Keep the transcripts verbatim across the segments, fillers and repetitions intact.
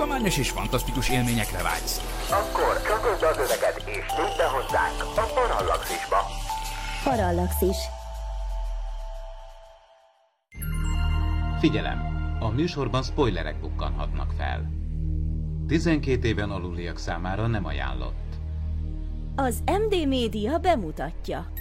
tudományos és fantasztikus élményekre vágysz. Akkor csatolj az öveket és tűnj be hozzánk a Parallaxisba. Parallaxis. Figyelem! A műsorban spoilerek bukkanhatnak fel. tizenkét éven aluliak számára nem ajánlott. Az em dé Média bemutatja.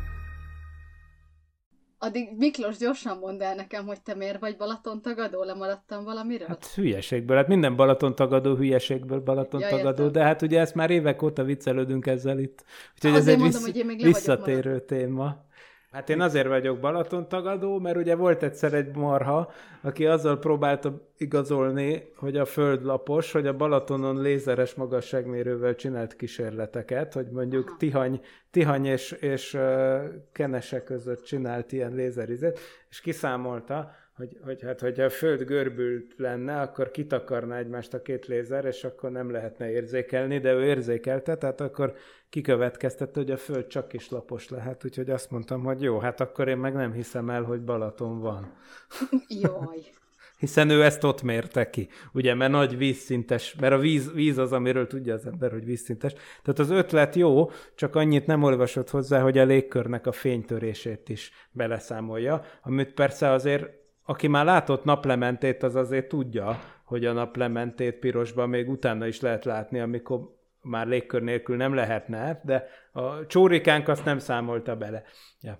Addig Miklós, gyorsan mondd el nekem, hogy te miért vagy Balatontagadó? Lemaradtam valamiről? Hát hülyeségből, hát minden Balatontagadó hülyeségből Balatontagadó, ja, de hát ugye ezt már évek óta viccelődünk ezzel itt. Úgyhogy ez egy mondom, vissz... visszatérő téma. Hát én azért vagyok Balatontagadó, mert ugye volt egyszer egy marha, aki azzal próbálta igazolni, hogy a Föld lapos, hogy a Balatonon lézeres magasságmérővel csinált kísérleteket, hogy mondjuk Aha. Tihany, Tihany és, és uh, Kenese között csinált ilyen lézerizet, és kiszámolta, hogy, hogy hát, hogyha a Föld görbült lenne, akkor kitakarná egymást a két lézer, és akkor nem lehetne érzékelni, de ő érzékelte, tehát akkor kikövetkeztette, hogy a Föld csak is lapos lehet, úgyhogy azt mondtam, hogy jó, hát akkor én meg nem hiszem el, hogy Balaton van. Jaj. Hiszen ő ezt ott mérte ki, ugye, mert nagy vízszintes, mert a víz, víz az, amiről tudja az ember, hogy vízszintes. Tehát az ötlet jó, csak annyit nem olvasott hozzá, hogy a légkörnek a fénytörését is beleszámolja, amit persze azért, aki már látott naplementét, az azért tudja, hogy a naplementét pirosban még utána is lehet látni, amikor már légkör nélkül nem lehetne, de a csórikánk azt nem számolta bele. Ja.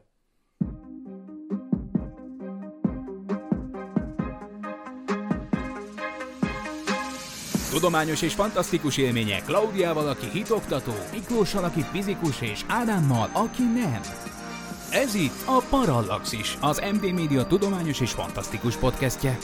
Tudományos és fantasztikus élmények Klaudiával, aki hitoktató, Miklóssal, aki fizikus, és Ádámmal, aki nem. Ez itt a Parallaxis, az em dé Média tudományos és fantasztikus podcastje.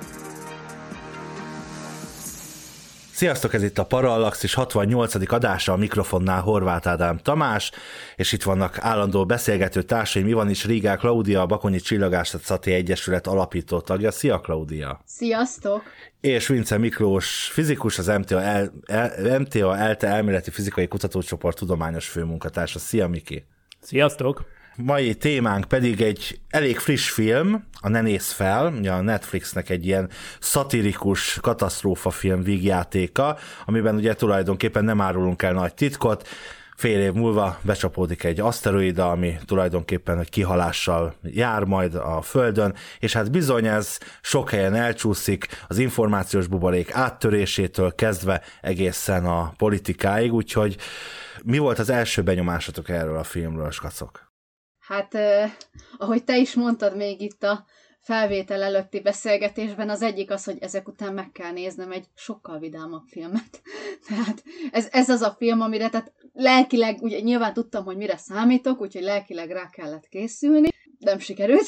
Sziasztok, ez itt a Parallaxis hatvannyolcadik adása, a mikrofonnál Horváth Ádám Tamás, és itt vannak állandó beszélgető társaim, Ivanics Rigál Klaudia, a Bakonyi Csillagászati Egyesület alapító tagja. Szia, Klaudia! Sziasztok! És Vince Miklós, fizikus, az em té á, el, el, em té á ELTE elméleti fizikai kutatócsoport tudományos főmunkatársa. Szia, Miki! Sziasztok! Mai témánk pedig egy elég friss film, a Ne nézz fel, a Netflixnek egy ilyen szatirikus katasztrófafilm vígjátéka, amiben ugye tulajdonképpen nem árulunk el nagy titkot, fél év múlva becsapódik egy aszteroida, ami tulajdonképpen egy kihalással jár majd a Földön, és hát bizony ez sok helyen elcsúszik, az információs buborék áttörésétől kezdve egészen a politikáig, úgyhogy mi volt az első benyomásatok erről a filmről, skacok? Hát, eh, ahogy te is mondtad még itt a felvétel előtti beszélgetésben, az egyik az, hogy ezek után meg kell néznem egy sokkal vidámabb filmet. Tehát ez, ez az a film, amire tehát lelkileg, ugye nyilván tudtam, hogy mire számítok, úgyhogy lelkileg rá kellett készülni. Nem sikerült.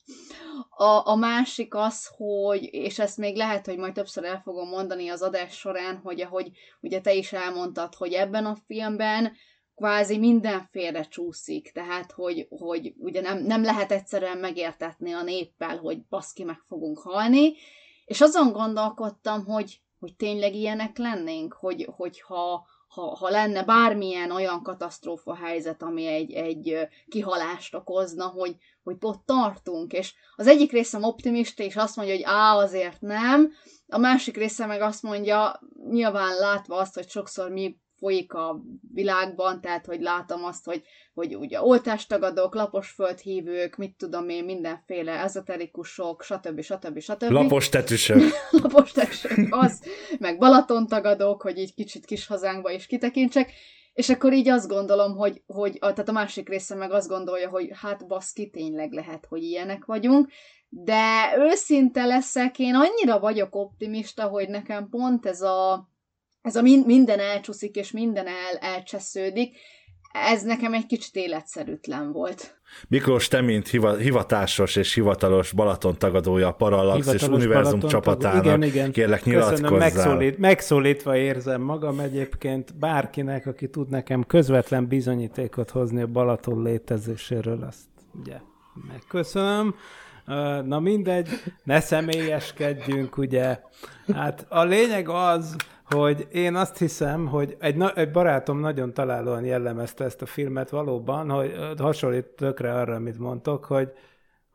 A, a másik az, hogy, és ezt még lehet, hogy majd többször el fogom mondani az adás során, hogy ahogy ugye te is elmondtad, hogy ebben a filmben kvázi mindenféle csúszik, tehát, hogy, hogy ugye nem, nem lehet egyszerűen megértetni a néppel, hogy baszki, meg fogunk halni, és azon gondolkodtam, hogy, hogy tényleg ilyenek lennénk, hogy, hogyha ha, ha lenne bármilyen olyan katasztrófa helyzet, ami egy, egy kihalást okozna, hogy, hogy ott tartunk, és az egyik részem optimista, és azt mondja, hogy á, azért nem, a másik része meg azt mondja, nyilván látva azt, hogy sokszor mi folyik a világban, tehát, hogy látom azt, hogy, hogy ugye oltástagadók, lapos földhívők, mit tudom én, mindenféle ezoterikusok, stb. stb. stb. Lapos tetűsök. Lapos tetűsök, az, meg Balatontagadók, hogy így kicsit kis hazánkba is kitekintsek, és akkor így azt gondolom, hogy, hogy a, tehát a másik része meg azt gondolja, hogy hát baszki, tényleg lehet, hogy ilyenek vagyunk, de őszinte leszek, én annyira vagyok optimista, hogy nekem pont ez a ez a minden elcsúszik, és minden el, elcsesződik, ez nekem egy kicsit életszerűtlen volt. Miklós, te mint hivatásos és hivatalos Balatontagadója a Parallaxis Univerzum csapatának, igen, igen. Kérlek, nyilatkozzál. Megszólít, megszólítva érzem magam egyébként, bárkinek, aki tud nekem közvetlen bizonyítékot hozni a Balaton létezéséről, azt ugye megköszönöm. Na mindegy, ne személyeskedjünk, ugye. Hát a lényeg az, hogy én azt hiszem, hogy egy, na- egy barátom nagyon találóan jellemezte ezt a filmet valóban, hogy hasonlít tökre arra, amit mondtok, hogy,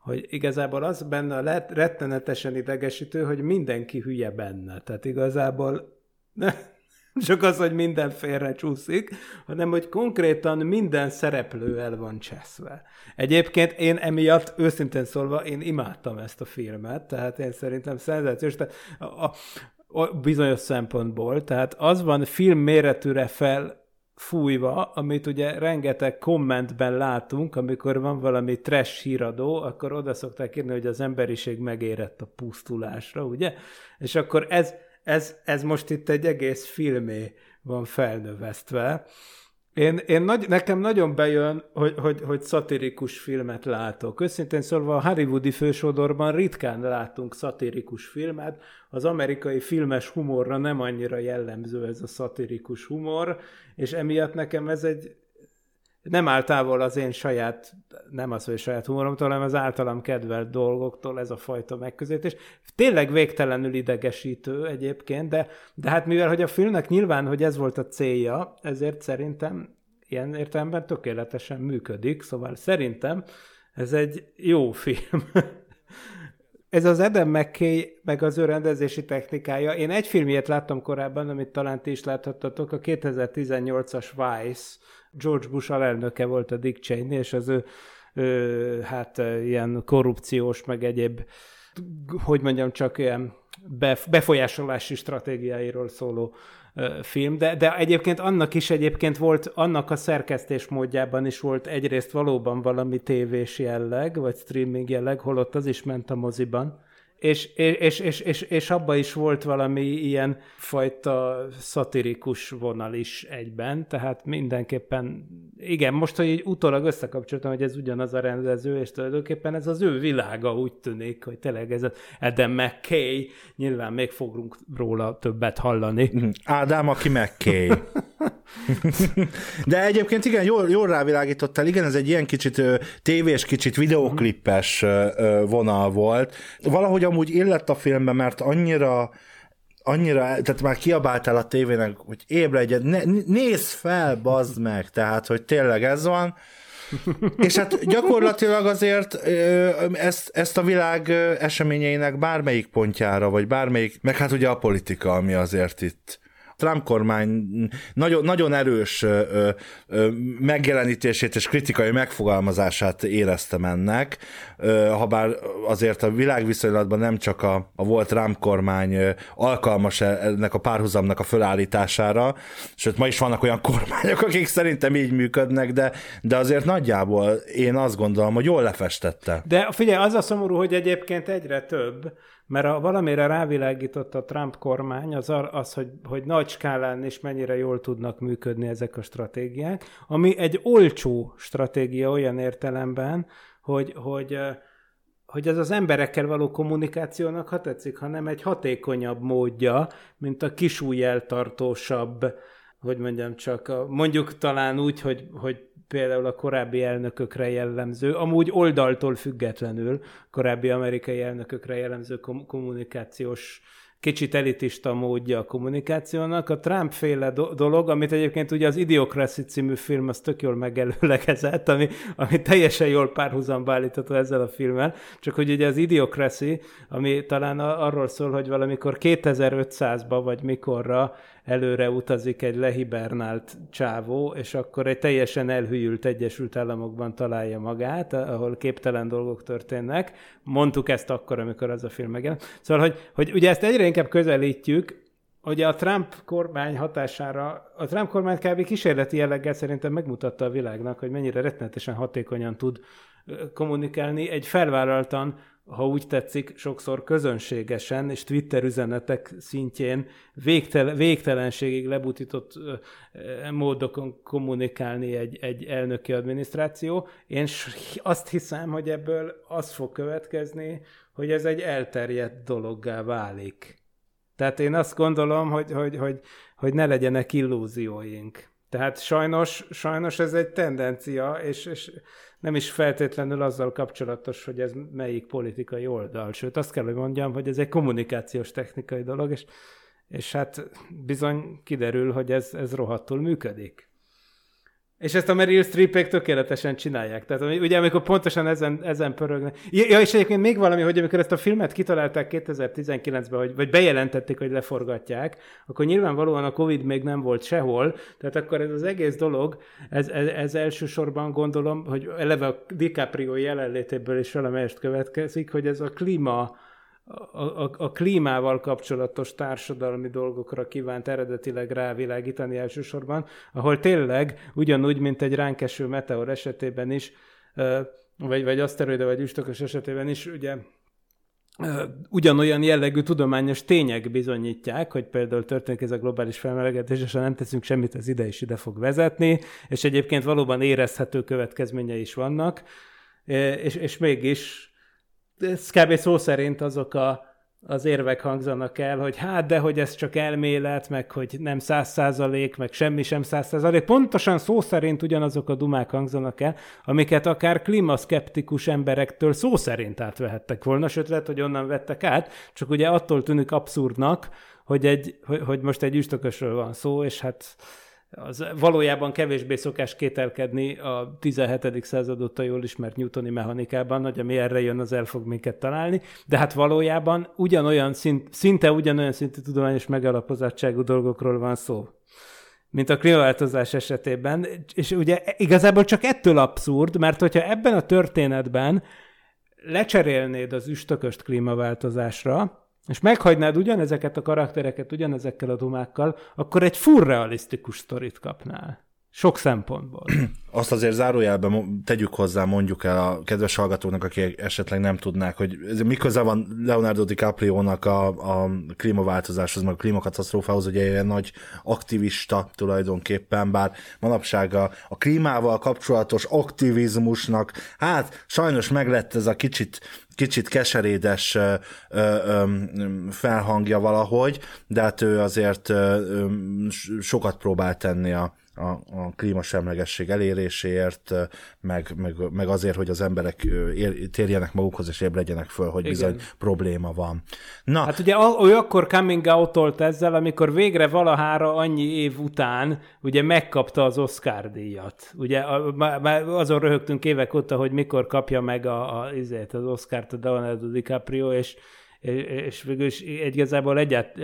hogy igazából az benne a rettenetesen idegesítő, hogy mindenki hülye benne. Tehát igazából csak az, hogy minden félre csúszik, hanem hogy konkrétan minden szereplő el van cseszve. Egyébként én emiatt, őszintén szólva, én imádtam ezt a filmet, tehát én szerintem szenzációs, tehát a, a, a bizonyos szempontból, tehát az van film méretűre felfújva, amit ugye rengeteg kommentben látunk, amikor van valami trash híradó, akkor oda szokták írni, hogy az emberiség megérett a pusztulásra, ugye? És akkor ez Ez, ez most itt egy egész filmé van felnövesztve. Én, én nagy, nekem nagyon bejön, hogy, hogy, hogy szatirikus filmet látok. Őszintén szólva a hollywoodi fősodorban ritkán látunk szatirikus filmet. Az amerikai filmes humorra nem annyira jellemző ez a szatirikus humor, és emiatt nekem ez egy nem áll távol az én saját, nem az, hogy saját humoromtól, hanem az általam kedvelt dolgoktól ez a fajta megközelítés. Tényleg végtelenül idegesítő egyébként, de, de hát mivel, hogy a filmnek nyilván, hogy ez volt a célja, ezért szerintem ilyen értelemben tökéletesen működik, szóval szerintem ez egy jó film. Ez az Adam McKay, meg az ő rendezési technikája. Én egy filmjét láttam korábban, amit talán ti is láthattatok, a kétezer-tizennyolcas Vice. George Bush alelnöke volt a Dick Cheney, és az ő, ő hát ilyen korrupciós, meg egyéb, hogy mondjam, csak ilyen befolyásolási stratégiáiról szóló film, de, de egyébként annak is egyébként volt, annak a szerkesztés módjában is volt egyrészt valóban valami tévés jelleg, vagy streaming jelleg, holott az is ment a moziban, és, és, és, és, és abban is volt valami ilyen fajta szatirikus vonal is egyben, tehát mindenképpen, igen, most, hogy így utólag összekapcsoltam, hogy ez ugyanaz a rendező, és tulajdonképpen ez az ő világa, úgy tűnik, hogy tényleg ez az Adam McKay, nyilván még fogunk róla többet hallani. Ádám, aki McKay. De egyébként igen, jól, jól rávilágítottál, igen, ez egy ilyen kicsit tévés, kicsit videoklippes vonal volt. Valahogy amúgy illett a filmbe, mert annyira annyira, tehát már kiabáltál a tévének, hogy ébredj, ne, nézz fel, bazd meg, tehát, hogy tényleg ez van. És hát gyakorlatilag azért ezt, ezt a világ eseményeinek bármelyik pontjára, vagy bármelyik, meg hát ugye a politika, ami azért itt Trump kormány nagyon, nagyon erős ö, ö, megjelenítését és kritikai megfogalmazását éreztem ennek, ö, habár azért a világviszonylatban nem csak a, a volt Trump kormány alkalmas ennek a párhuzamnak a fölállítására, sőt ma is vannak olyan kormányok, akik szerintem így működnek, de, de azért nagyjából én azt gondolom, hogy jól lefestette. De figyelj, az a szomorú, hogy egyébként egyre több, mert a valamire rávilágított a Trump kormány, az, az hogy, hogy nagy skálán is mennyire jól tudnak működni ezek a stratégiák, ami egy olcsó stratégia olyan értelemben, hogy, hogy, hogy ez az emberekkel való kommunikációnak, ha tetszik, hanem egy hatékonyabb módja, mint a kisújjeltartósabb, hogy mondjam csak, mondjuk talán úgy, hogy, hogy például a korábbi elnökökre jellemző, amúgy oldaltól függetlenül korábbi amerikai elnökökre jellemző kom- kommunikációs, kicsit elitista módja a kommunikációnak. A Trump-féle do- dolog, amit egyébként ugye az Idiocracy című film, az tök jól megelőlegezett, ami, ami teljesen jól párhuzamba állítható ezzel a filmmel, csak hogy ugye az Idiocracy, ami talán arról szól, hogy valamikor kétezer-ötszázba vagy mikorra előre utazik egy lehibernált csávó, és akkor egy teljesen elhűült Egyesült Államokban találja magát, ahol képtelen dolgok történnek. Mondtuk ezt akkor, amikor az a film megjelent. Szóval, hogy, hogy ugye ezt egyre inkább közelítjük, hogy a Trump kormány hatására, a Trump kormány kb. Kísérleti jelleggel szerintem megmutatta a világnak, hogy mennyire rettenetesen hatékonyan tud kommunikálni egy felvállaltan, ha úgy tetszik, sokszor közönségesen és Twitter üzenetek szintjén végtelen, végtelenségig lebutított módokon kommunikálni egy, egy elnöki adminisztráció. Én azt hiszem, hogy ebből az fog következni, hogy ez egy elterjedt dologgá válik. Tehát én azt gondolom, hogy, hogy, hogy, hogy ne legyenek illúzióink. Tehát sajnos, sajnos ez egy tendencia, és, és nem is feltétlenül azzal kapcsolatos, hogy ez melyik politikai oldal. Sőt, azt kell, hogy mondjam, hogy ez egy kommunikációs technikai dolog, és, és hát bizony kiderül, hogy ez, ez rohadtul működik. És ezt a Meryl Streepék tökéletesen csinálják. Tehát ugye amikor pontosan ezen, ezen pörögnek. Ja, és egyébként még valami, hogy amikor ezt a filmet kitalálták kétezer-tizenkilencben, hogy, vagy bejelentették, hogy leforgatják, akkor nyilvánvalóan a Covid még nem volt sehol, tehát akkor ez az egész dolog, ez, ez, ez elsősorban gondolom, hogy eleve a DiCaprio jelenlétéből is valamelyest következik, hogy ez a klíma A, a, a klímával kapcsolatos társadalmi dolgokra kívánt eredetileg rávilágítani elsősorban, ahol tényleg ugyanúgy, mint egy ránk eső meteor esetében is, vagy, vagy aszteroida vagy üstökös esetében is, ugye ugyanolyan jellegű tudományos tények bizonyítják, hogy például történik ez a globális felmelegedés, és ha nem teszünk semmit, ez ide is ide fog vezetni, és egyébként valóban érezhető következményei is vannak, és, és mégis ez kb. Szó szerint azok a, az érvek hangzanak el, hogy hát, de hogy ez csak elmélet, meg hogy nem száz százalék, meg semmi sem száz százalék. Pontosan szó szerint ugyanazok a dumák hangzanak el, amiket akár klímaszkeptikus emberektől szó szerint átvehettek volna, sőt lehet, hogy onnan vettek át, csak ugye attól tűnik abszurdnak, hogy, egy, hogy, hogy most egy üstökösről van szó, és hát az valójában kevésbé szokás kételkedni a tizenhetedik század óta jól ismert newtoni mechanikában, hogy ami erre jön, az el fog minket találni, de hát valójában ugyanolyan szint, szinte ugyanolyan szintű tudományos megalapozottságú dolgokról van szó, mint a klímaváltozás esetében, és ugye igazából csak ettől abszurd, mert hogyha ebben a történetben lecserélnéd az üstököst klímaváltozásra, és meghagynád ugyanezeket a karaktereket, ugyanezekkel a dumákkal, akkor egy furrealisztikus sztorit kapnál. Sok szempontból. Azt azért zárójelben tegyük hozzá, mondjuk el a kedves hallgatóknak, akik esetleg nem tudnák, hogy mi köze van Leonardo DiCaprio-nak a, a klímaváltozáshoz, meg a klímakatasztrófához, ugye ilyen nagy aktivista tulajdonképpen, bár manapság a, a klímával kapcsolatos aktivizmusnak, hát sajnos meglett ez a kicsit kicsit keserédes ö, ö, felhangja valahogy, de hát ő azért ö, ö, sokat próbál tenni a A, a klímasemlegesség eléréséért, meg, meg, meg azért, hogy az emberek ér, térjenek magukhoz, és ébredjenek föl, hogy bizony igen, probléma van. Na. Hát ugye ő akkor coming out-olt ezzel, amikor végre valahára annyi év után ugye megkapta az Oscar-díjat. Ugye már azon röhögtünk évek óta, hogy mikor kapja meg a, a, az Oscart a Leonardo DiCaprio, és és végül is igazából egyált,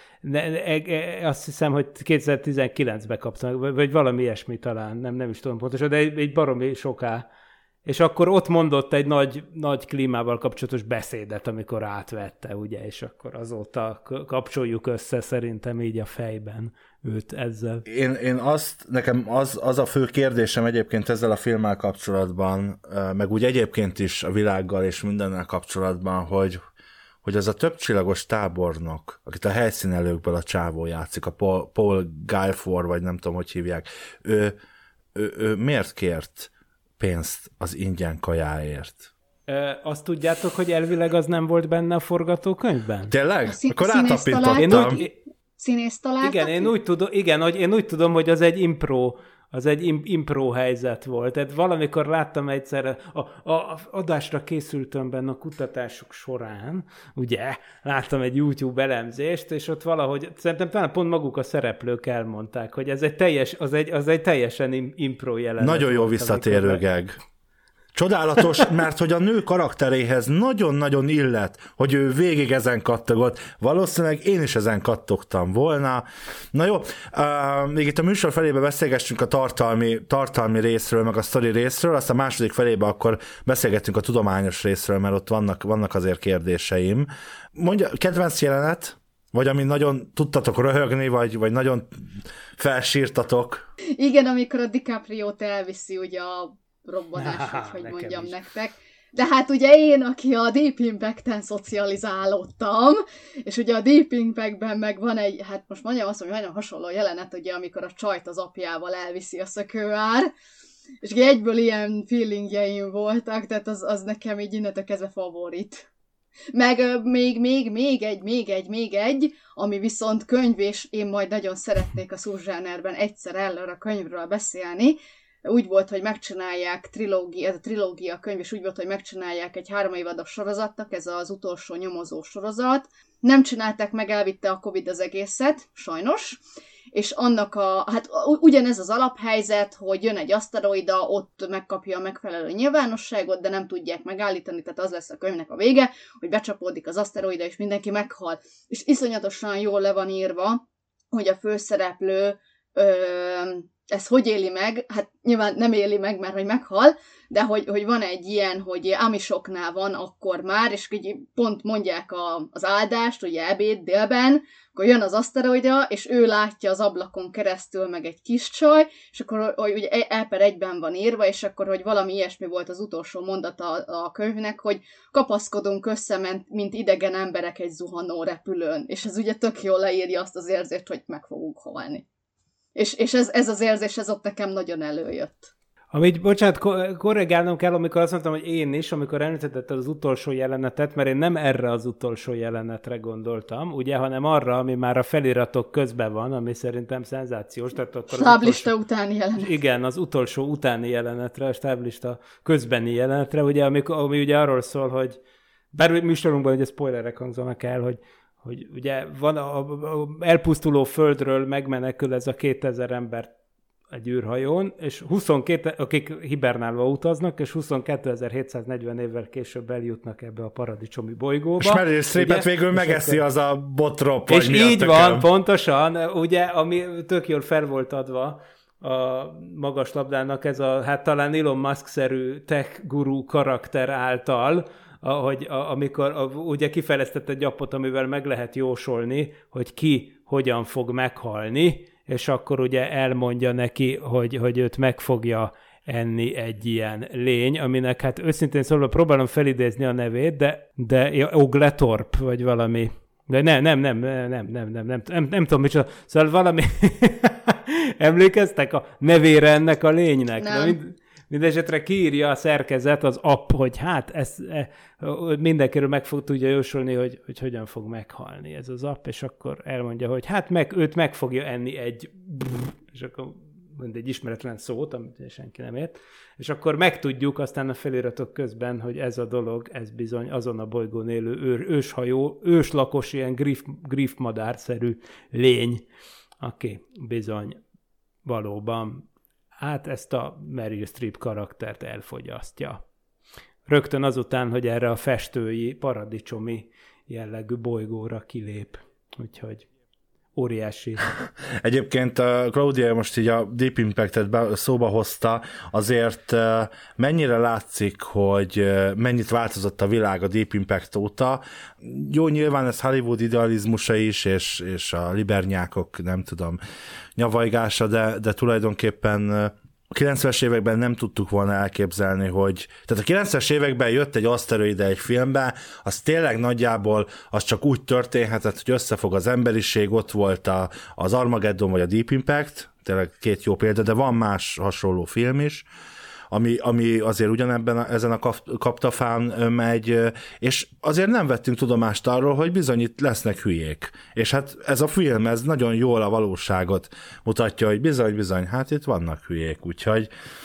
azt hiszem, hogy kétezer-tizenkilencben kaptam, vagy valami ilyesmi talán, nem, nem is tudom pontosan, de egy, egy baromi soká. És akkor ott mondott egy nagy, nagy klímával kapcsolatos beszédet, amikor átvette, ugye, és akkor azóta kapcsoljuk össze szerintem így a fejben őt ezzel. Én, én azt, nekem az, az a fő kérdésem egyébként ezzel a filmmel kapcsolatban, meg úgy egyébként is a világgal és mindennel kapcsolatban, hogy hogy az a többcsillagos tábornok, akit a helyszínelőkből a csávó játszik, a Paul, Paul Guilford, vagy nem tudom, hogy hívják, ő, ő, ő miért kért pénzt az ingyen kajáért? E, azt tudjátok, hogy elvileg az nem volt benne a forgatókönyvben? Tényleg? Szín, Akkor átapintottam. Én úgy, színész találtak? Igen, én úgy, tudom, igen hogy, én úgy tudom, hogy az egy impro az egy impro helyzet volt. Tehát valamikor láttam egyszer, a, a, a adásra készültem benne a kutatások során, ugye, láttam egy YouTube elemzést, és ott valahogy, szerintem talán pont maguk a szereplők elmondták, hogy ez egy teljes, az egy, az egy teljesen impro jelenet. Nagyon jó visszatérő geg. Csodálatos, mert hogy a nő karakteréhez nagyon-nagyon illet, hogy ő végig ezen kattogott. Valószínűleg én is ezen kattogtam volna. Na jó, uh, még itt a műsor felébe beszélgessünk a tartalmi, tartalmi részről, meg a sztori részről, aztán a második felébe akkor beszélgettünk a tudományos részről, mert ott vannak, vannak azért kérdéseim. Mondja, kedvenc jelenet? Vagy amin nagyon tudtatok röhögni, vagy, vagy nagyon felsírtatok? Igen, amikor a DiCaprio-t elviszi ugye a robbanás, hogy, hogy mondjam is. Nektek. De hát ugye én, aki a Deep Impact-en szocializálódtam, és ugye a Deep Impact-ben meg van egy, hát most mondjam azt, hogy nagyon hasonló jelenet, ugye, amikor a csajt az apjával elviszi a szökőár, és ugye egyből ilyen feelingjeim voltak, tehát az, az nekem így innentől kezdve favorit. Meg uh, még, még, még egy, még egy, még egy, ami viszont könyv, és én majd nagyon szeretnék a subzsánerben egyszer előre a könyvről beszélni. Úgy volt, hogy megcsinálják trilógia, ez a trilógia könyv, és úgy volt, hogy megcsinálják egy három évados sorozatnak, ez az utolsó nyomozó sorozat. Nem csinálták meg, elvitte a Covid az egészet, sajnos, és annak a, hát ugyanez az alaphelyzet, hogy jön egy aszteroida, ott megkapja a megfelelő nyilvánosságot, de nem tudják megállítani, tehát az lesz a könyvnek a vége, hogy becsapódik az aszteroida, és mindenki meghal. És iszonyatosan jól le van írva, hogy a főszereplő ö, ezt hogy éli meg, hát nyilván nem éli meg, mert hogy meghal, de hogy, hogy van egy ilyen, hogy amisoknál van akkor már, és így pont mondják a, az áldást, ugye ebéd délben, akkor jön az aszteroida, és ő látja az ablakon keresztül meg egy kis csaj, és akkor hogy ugye el per egyben van írva, és akkor, hogy valami ilyesmi volt az utolsó mondata a, a könyvnek, hogy kapaszkodunk össze, mint idegen emberek egy zuhanó repülőn, és ez ugye tök jól leírja azt az érzést, hogy meg fogunk halni. És, és ez, ez az érzés, ez ott nekem nagyon előjött. Amit, bocsánat, korrigálnom kell, amikor azt mondtam, hogy én is, amikor említetted az utolsó jelenetet, mert én nem erre az utolsó jelenetre gondoltam, ugye, hanem arra, ami már a feliratok közben van, ami szerintem szenzációs. Tehát akkor stáblista utolsó... utáni jelenet. Igen, az utolsó utáni jelenetre, a stáblista közbeni jelenetre, ugye, ami, ami ugye arról szól, hogy bár műsorunkban ugye spoilerek hangzanak el, hogy hogy ugye van a, a elpusztuló földről megmenekül ez a kétezer ember egy űrhajón, és huszonkettő, akik hibernálva utaznak, és huszonkétezer-hétszáznegyven évvel később eljutnak ebbe a paradicsomi bolygóba. És Meryl Streepet végül megeszi akkor... az a botrop, és így van, pontosan, ugye, ami tök jól fel volt adva a magas labdának, ez a, hát talán Elon Musk-szerű tech guru karakter által, ahogy a, amikor a, ugye kifejlesztett egy appot, amivel meg lehet jósolni, hogy ki hogyan fog meghalni, és akkor ugye elmondja neki, hogy, hogy őt meg fogja enni egy ilyen lény, aminek hát őszintén szólva próbálom felidézni a nevét, de, de ja, Ogletorp, vagy valami. De nem, nem, nem, nem, nem, nem, nem, nem, nem, nem tudom micsoda. Szóval valami... Emlékeztek a nevére ennek a lénynek? Nem. Mind... Mindenesetre kiírja a szerkezet, az app, hogy hát ez, e, mindenkiről meg fog tudja jósolni, hogy, hogy hogyan fog meghalni ez az app, és akkor elmondja, hogy hát meg, őt meg fogja enni egy és akkor mond egy ismeretlen szót, amit senki nem ért, és akkor megtudjuk aztán a feliratok közben, hogy ez a dolog, ez bizony azon a bolygón élő őr, őshajó, őslakos, ilyen grif, grifmadárszerű lény, aki bizony valóban hát ezt a Meryl Streep karaktert elfogyasztja. Rögtön azután, hogy erre a festői, paradicsomi jellegű bolygóra kilép. Úgyhogy óriási. Egyébként a Claudia most így a Deep Impact-et be, szóba hozta, azért mennyire látszik, hogy mennyit változott a világ a Deep Impact óta. Jó, nyilván ez Hollywood idealizmusa is, és, és a libernyákok, nem tudom, nyavajgása, de, de tulajdonképpen a kilencvenes években nem tudtuk volna elképzelni, hogy... Tehát a kilencvenes években jött egy aszteroida egy filmbe, az tényleg nagyjából az csak úgy történhetett, hogy összefog az emberiség, ott volt a, az Armageddon vagy a Deep Impact, tényleg két jó példa, de van más hasonló film is, ami, ami azért ugyanebben a, ezen a kaptafán megy, és azért nem vettünk tudomást arról, hogy bizony itt lesznek hülyék. És hát ez a film, ez nagyon jól a valóságot mutatja, hogy bizony, bizony, hát itt vannak hülyék, úgyhogy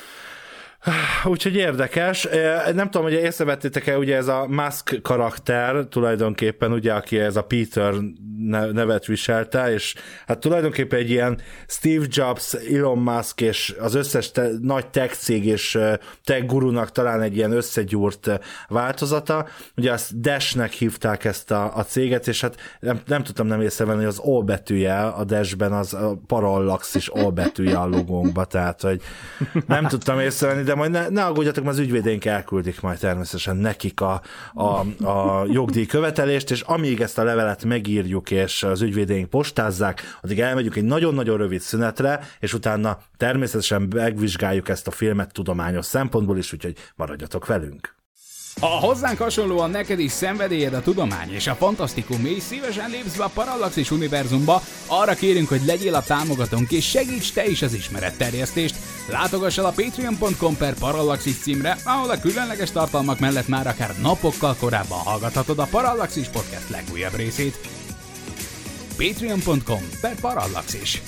Úgyhogy érdekes. Nem tudom, hogy észrevettétek-e, ugye ez a Musk karakter tulajdonképpen, ugye, aki ez a Peter nevet viselte, és hát tulajdonképpen egy ilyen Steve Jobs, Elon Musk és az összes te- nagy tech cég és tech gurunak talán egy ilyen összegyúrt változata. Ugye azt Dash-nek hívták ezt a, a céget, és hát nem, nem tudtam nem észrevenni, hogy az O betűje a Dash-ben az a Parallaxis O betűje a logónkba, tehát hogy nem tudtam észrevenni, de majd ne, ne aggódjatok, mert az ügyvédeink elküldik majd természetesen nekik a, a, a jogdíj követelést, és amíg ezt a levelet megírjuk, és az ügyvédeink postázzák, addig elmegyünk egy nagyon-nagyon rövid szünetre, és utána természetesen megvizsgáljuk ezt a filmet tudományos szempontból is, úgyhogy maradjatok velünk. Ha hozzánk hasonlóan neked is szenvedélyed a tudomány és a fantasztikum, és szívesen lépsz be a Parallaxis univerzumba, arra kérünk, hogy legyél a támogatónk és segíts te is az ismeretterjesztést. Látogass el a patreon pont com per Parallaxis címre, ahol a különleges tartalmak mellett már akár napokkal korábban hallgathatod a Parallaxis podcast legújabb részét. patreon pont com per Parallaxis.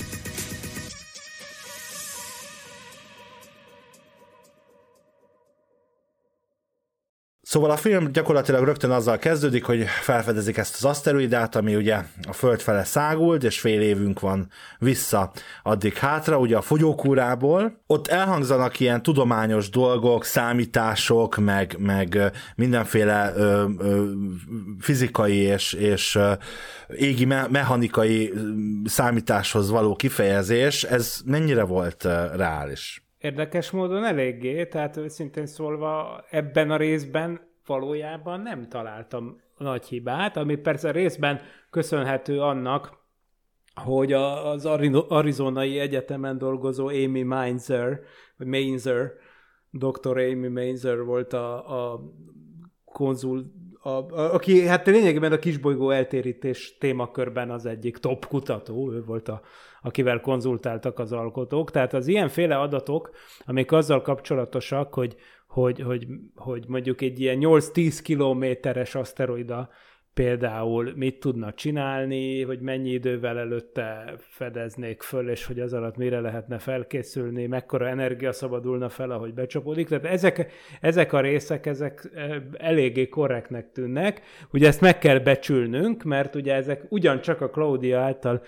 Szóval a film gyakorlatilag rögtön azzal kezdődik, hogy felfedezik ezt az aszteroidát, ami ugye a föld fele száguld, és fél évünk van vissza addig hátra, ugye a fogyókúrából. Ott elhangzanak ilyen tudományos dolgok, számítások, meg, meg mindenféle ö, ö, fizikai és, és ö, égi me- mechanikai számításhoz való kifejezés. Ez mennyire volt ö, reális? Érdekes módon eléggé, tehát őszintén szólva ebben a részben valójában nem találtam nagy hibát, ami persze részben köszönhető annak, hogy az Arizonai Egyetemen dolgozó Amy Mainzer, vagy Mainzer, doktor Amy Mainzer volt a, a konzul, a, a, aki hát lényegében a kisbolygó eltérítés témakörben az egyik top kutató, ő volt a akivel konzultáltak az alkotók. Tehát az ilyenféle adatok, amik azzal kapcsolatosak, hogy, hogy, hogy, hogy mondjuk egy ilyen nyolc-tíz kilométeres aszteroida például mit tudna csinálni, hogy mennyi idővel előtte fedeznék föl, és hogy az alatt mire lehetne felkészülni, mekkora energia szabadulna fel, ahogy becsapódik. Tehát ezek, ezek a részek, ezek eléggé korrektnek tűnnek. Ugye ezt meg kell becsülnünk, mert ugye ezek ugyancsak a Claudia által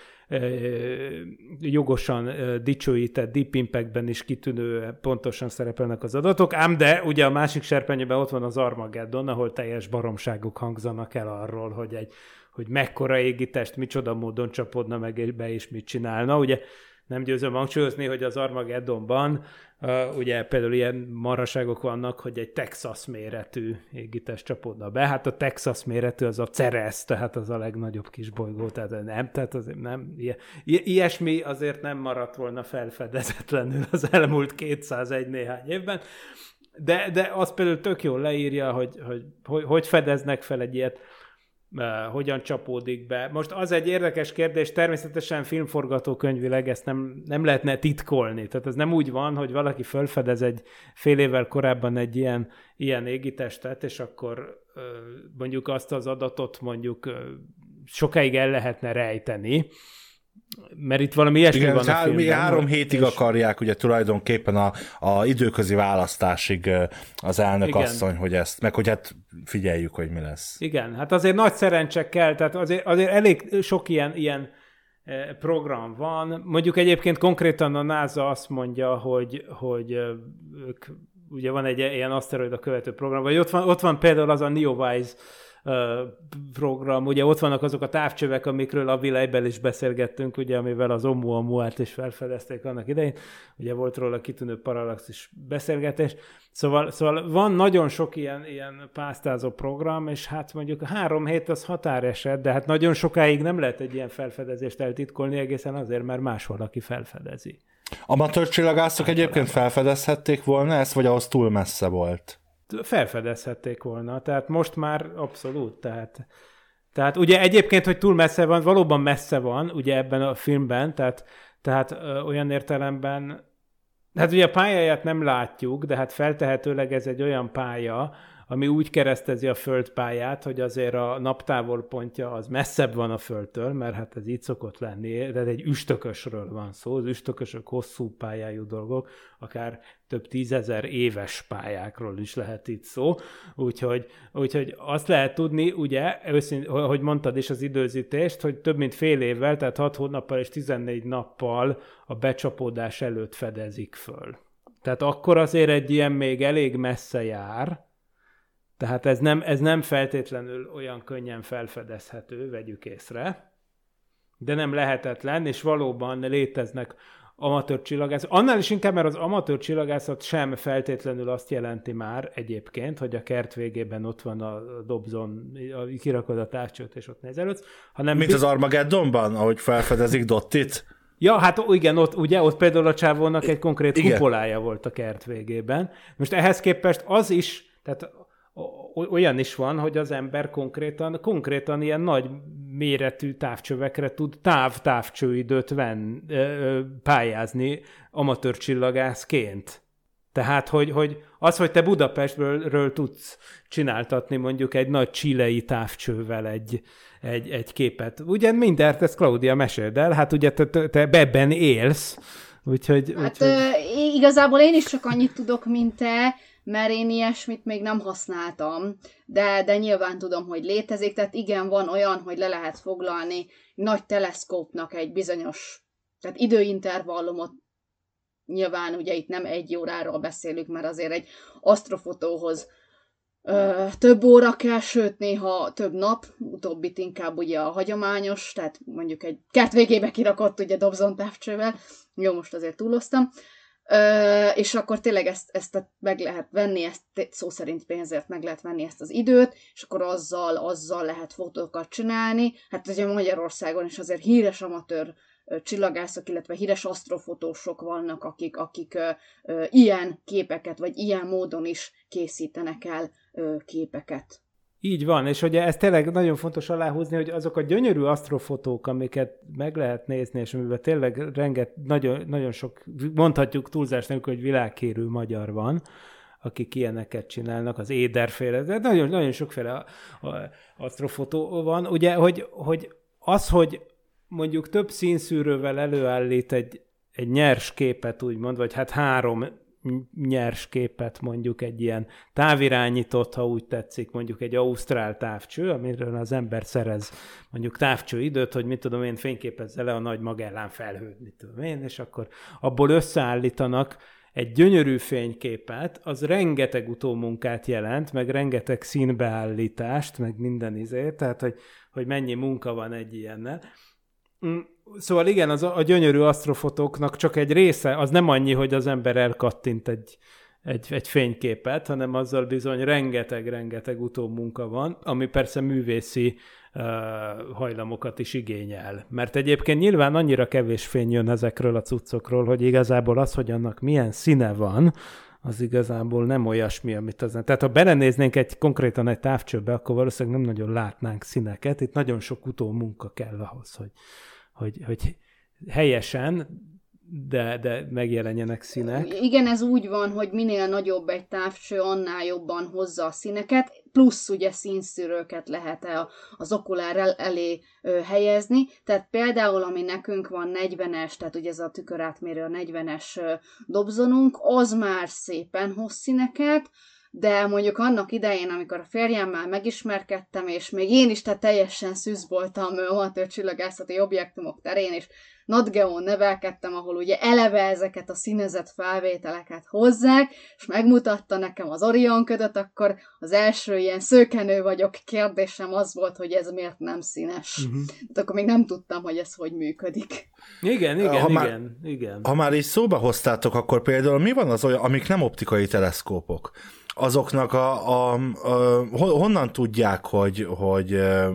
jogosan dicsőített Deep Impact-ben is kitűnő, pontosan szerepelnek az adatok, ám de ugye a másik serpenyőben ott van az Armageddon, ahol teljes baromságok hangzanak el arról, hogy, egy, hogy mekkora égitest, micsoda módon csapódna meg be, és mit csinálna. Ugye nem győzöm hangsúlyozni, hogy az Armageddonban uh, ugye például ilyen marhaságok vannak, hogy egy Texas méretű égitest csapódna be. Hát a Texas méretű az a Ceres, tehát az a legnagyobb kisbolygó, tehát nem, tehát azért nem, i- ilyesmi azért nem maradt volna felfedezetlenül az elmúlt kétszázegy néhány évben. De, de az például tök jól leírja, hogy hogy, hogy, hogy fedeznek fel egy ilyet, Uh, hogyan csapódik be. Most az egy érdekes kérdés, természetesen filmforgatókönyvileg ezt nem, nem lehetne titkolni. Tehát ez nem úgy van, hogy valaki felfedez egy fél évvel korábban egy ilyen, ilyen égitestet, és akkor uh, mondjuk azt az adatot mondjuk uh, sokáig el lehetne rejteni, mert itt valami ilyesmi igen, van a filmben. Igen, három hétig és... akarják ugye tulajdonképpen a, a időközi választásig az elnök igen. asszony, hogy ezt, meg hogy hát figyeljük, hogy mi lesz. Igen, hát azért nagy szerencse kell, tehát azért, azért elég sok ilyen, ilyen program van. Mondjuk egyébként konkrétan a NASA azt mondja, hogy, hogy ők, ugye van egy ilyen aszteroida követő program, vagy ott van, ott van például az a Neowise program, ugye ott vannak azok a távcsövek, amikről a Vilejben is beszélgettünk, ugye, amivel az Oumuamua-t is felfedezték annak idején, ugye volt róla kitűnő parallaxis beszélgetés, szóval, szóval van nagyon sok ilyen, ilyen pásztázó program, és hát mondjuk három hét az határeset, de hát nagyon sokáig nem lehet egy ilyen felfedezést eltitkolni, egészen azért, mert más valaki felfedezi. Amatőr csillagászok egyébként felfedezhették volna ezt, vagy ahhoz túl messze volt? Felfedezhették volna, tehát most már abszolút, tehát, tehát ugye egyébként, hogy túl messze van, valóban messze van, ugye ebben a filmben, tehát, tehát ö, olyan értelemben, hát ugye a pályáját nem látjuk, de hát feltehetőleg ez egy olyan pálya, ami úgy keresztezi a földpályát, hogy azért a naptávolpontja az messzebb van a földtől, mert hát ez így szokott lenni, de egy üstökösről van szó, az üstökösök hosszú pályájú dolgok, akár több tízezer éves pályákról is lehet itt szó, úgyhogy, úgyhogy azt lehet tudni, ugye, őszint, hogy mondtad is az időzítést, hogy több mint fél évvel, tehát hat hónappal és tizennégy nappal a becsapódás előtt fedezik föl. Tehát akkor azért egy ilyen még elég messze jár, tehát ez nem, ez nem feltétlenül olyan könnyen felfedezhető, vegyük észre, de nem lehetetlen, és valóban léteznek amatőr csillagászat. Annál is inkább, mert az amatőr csillagászat sem feltétlenül azt jelenti már egyébként, hogy a kert végében ott van a Dobson, kirakod a távcsőt, és ott nézelődsz, hanem... Mint az Armageddonban, ahogy felfedezik Dottit? Ja, hát igen, ott, ugye, ott például a csávónak egy konkrét igen. kupolája volt a kert végében. Most ehhez képest az is, tehát olyan is van, hogy az ember konkrétan, konkrétan ilyen nagy méretű távcsövekre tud táv-távcsőidőt venn, pályázni amatőr csillagászként. Tehát, hogy, hogy az, hogy te Budapestről tudsz csináltatni mondjuk egy nagy chilei távcsővel egy, egy, egy képet. Ugye mindent, ezt Claudia meséld el, hát ugye te, te, te ebben élsz, úgyhogy... Hát úgyhogy... Ö, igazából én is csak annyit tudok, mint te, mert én ilyesmit még nem használtam, de, de nyilván tudom, hogy létezik, tehát igen, van olyan, hogy le lehet foglalni nagy teleszkópnak egy bizonyos, tehát időintervallumot, nyilván ugye itt nem egy óráról beszélünk, mert azért egy asztrofotóhoz ö, több óra kell, sőt néha több nap, utóbbit inkább ugye a hagyományos, tehát mondjuk egy kert végébe kirakott ugye Dobson távcsővel, jó, most azért túloztam, ö, és akkor tényleg ezt, ezt meg lehet venni, ezt szó szerint pénzért meg lehet venni ezt az időt, és akkor azzal, azzal lehet fotókat csinálni. Hát ugye Magyarországon is azért híres amatőr csillagászok, illetve híres asztrofotósok vannak, akik, akik ö, ö, ilyen képeket, vagy ilyen módon is készítenek el ö, képeket. Így van, és ugye ez tényleg nagyon fontos aláhúzni, hogy azok a gyönyörű asztrofotók, amiket meg lehet nézni, és amiben tényleg renget, nagyon, nagyon sok, mondhatjuk túlzás nélkül, hogy világhírű magyar van, akik ilyeneket csinálnak, az éderféle, de nagyon, nagyon sokféle asztrofotó van. Ugye, hogy, hogy az, hogy mondjuk több színszűrővel előállít egy, egy nyers képet, úgymond, vagy hát három nyers képet, mondjuk egy ilyen távirányított, ha úgy tetszik, mondjuk egy ausztrál távcső, amiről az ember szerez mondjuk távcső időt, hogy mit tudom én, fényképezze le a Nagy Magellán felhőt, mit tudom én, és akkor abból összeállítanak egy gyönyörű fényképet, az rengeteg utómunkát jelent, meg rengeteg színbeállítást, meg minden izét, tehát hogy, hogy mennyi munka van egy ilyennel. Szóval igen, az a, a gyönyörű asztrofotóknak csak egy része, az nem annyi, hogy az ember elkattint egy, egy, egy fényképet, hanem azzal bizony rengeteg-rengeteg utómunka van, ami persze művészi uh, hajlamokat is igényel. Mert egyébként nyilván annyira kevés fény jön ezekről a cuccokról, hogy igazából az, hogy annak milyen színe van, az igazából nem olyasmi, amit az... Tehát ha belenéznénk egy konkrétan egy távcsőbe, akkor valószínűleg nem nagyon látnánk színeket. Itt nagyon sok utómunka kell ahhoz, hogy, hogy, hogy helyesen, de, de megjelenjenek színek. Igen, ez úgy van, hogy minél nagyobb egy távcső, annál jobban hozza a színeket, plusz ugye színszűrőket lehet az okulár el, elé ö, helyezni. Tehát például, ami nekünk van negyvenes, tehát ugye ez a tükörátmérő a negyvenes ö, Dobsonunk, az már szépen hoz színeket, de mondjuk annak idején, amikor a férjemmel megismerkedtem, és még én is tehát teljesen szűz voltam amatőr csillagászati objektumok terén, és NatGeón nevelkedtem, ahol ugye eleve ezeket a színezett felvételeket hozzák, és megmutatta nekem az Orion ködöt, akkor az első ilyen szőkenő vagyok kérdésem az volt, hogy ez miért nem színes. Uh-huh. De akkor még nem tudtam, hogy ez hogy működik. Igen, igen, ha igen, már, igen. Ha már így szóba hoztátok, akkor például mi van az olyan, amik nem optikai teleszkópok? Azoknak a, a, a honnan tudják, hogy, hogy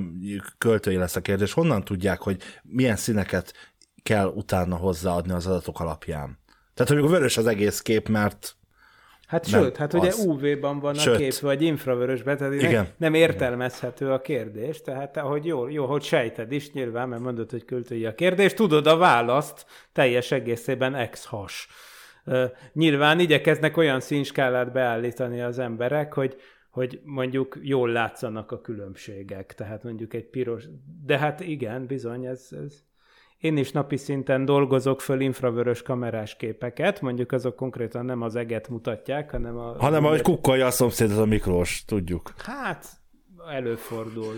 költői lesz a kérdés, honnan tudják, hogy milyen színeket kell utána hozzáadni az adatok alapján? Tehát, hogy vörös az egész kép, mert Hát nem, sőt, hát az. Ugye ú vé-ban van sőt. a kép, vagy infravörösben, tehát Igen. nem értelmezhető a kérdés, tehát ahogy jó, jó, hogy sejted is nyilván, mert mondod, hogy költői a kérdés, tudod a választ teljes egészében ex-has. Uh, nyilván igyekeznek olyan színskálát beállítani az emberek, hogy, hogy mondjuk jól látszanak a különbségek, tehát mondjuk egy piros, de hát igen, bizony, ez, ez... Én is napi szinten dolgozok föl infravörös kamerás képeket, mondjuk azok konkrétan nem az eget mutatják, hanem a... Hanem ahogy kukkolja a szomszédot a Miklós, tudjuk. Hát, előfordul.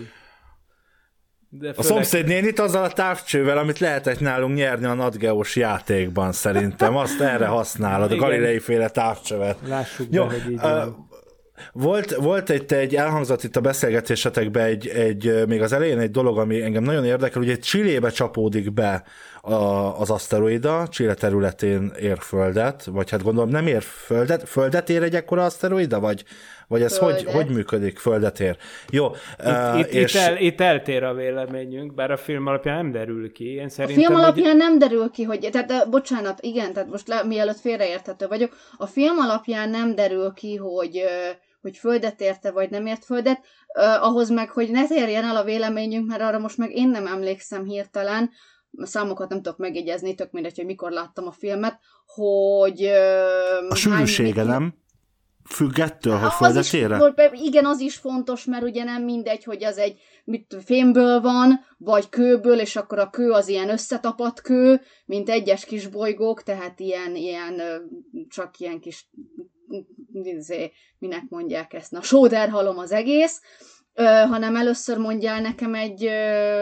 De főleg... A szomszéd nénit azzal a távcsővel, amit lehetett nálunk nyerni a NatGeós játékban szerintem, azt erre használod, a Galilei féle távcsövet. Lássuk Jó, be, hogy így uh, Volt, volt egy, egy elhangzott itt a beszélgetésetekben egy, egy, még az elején egy dolog, ami engem nagyon érdekel, ugye Chilébe csapódik be a, az aszteroida, Chile területén ér földet, vagy hát gondolom nem ér földet, földet ér egy ekkora aszteroida, vagy, vagy ez hogy, hogy működik, földet ér? Jó. Itt, uh, itt, és... itt, el, itt eltér a véleményünk, bár a film alapján nem derül ki. Én szerintem, a film alapján hogy... nem derül ki, hogy, tehát de, bocsánat, igen, tehát most le, mielőtt félreérthető vagyok, a film alapján nem derül ki, hogy hogy földet érte, vagy nem ért földet, uh, ahhoz meg, hogy ne térjen el a véleményünk, mert arra most meg én nem emlékszem hirtelen, számokat nem tudok megjegyezni, tök mindegy, hogy mikor láttam a filmet, hogy... Uh, a sűrűsége, hány... nem? Függettől, hogy földet ére? Igen, az is fontos, mert ugye nem mindegy, hogy az egy mit, fémből van, vagy kőből, és akkor a kő az ilyen összetapadt kő, mint egyes kis bolygók, tehát ilyen, ilyen csak ilyen kis minek mondják ezt, na, sóderhalom az egész, ö, hanem először mondjál nekem egy ö,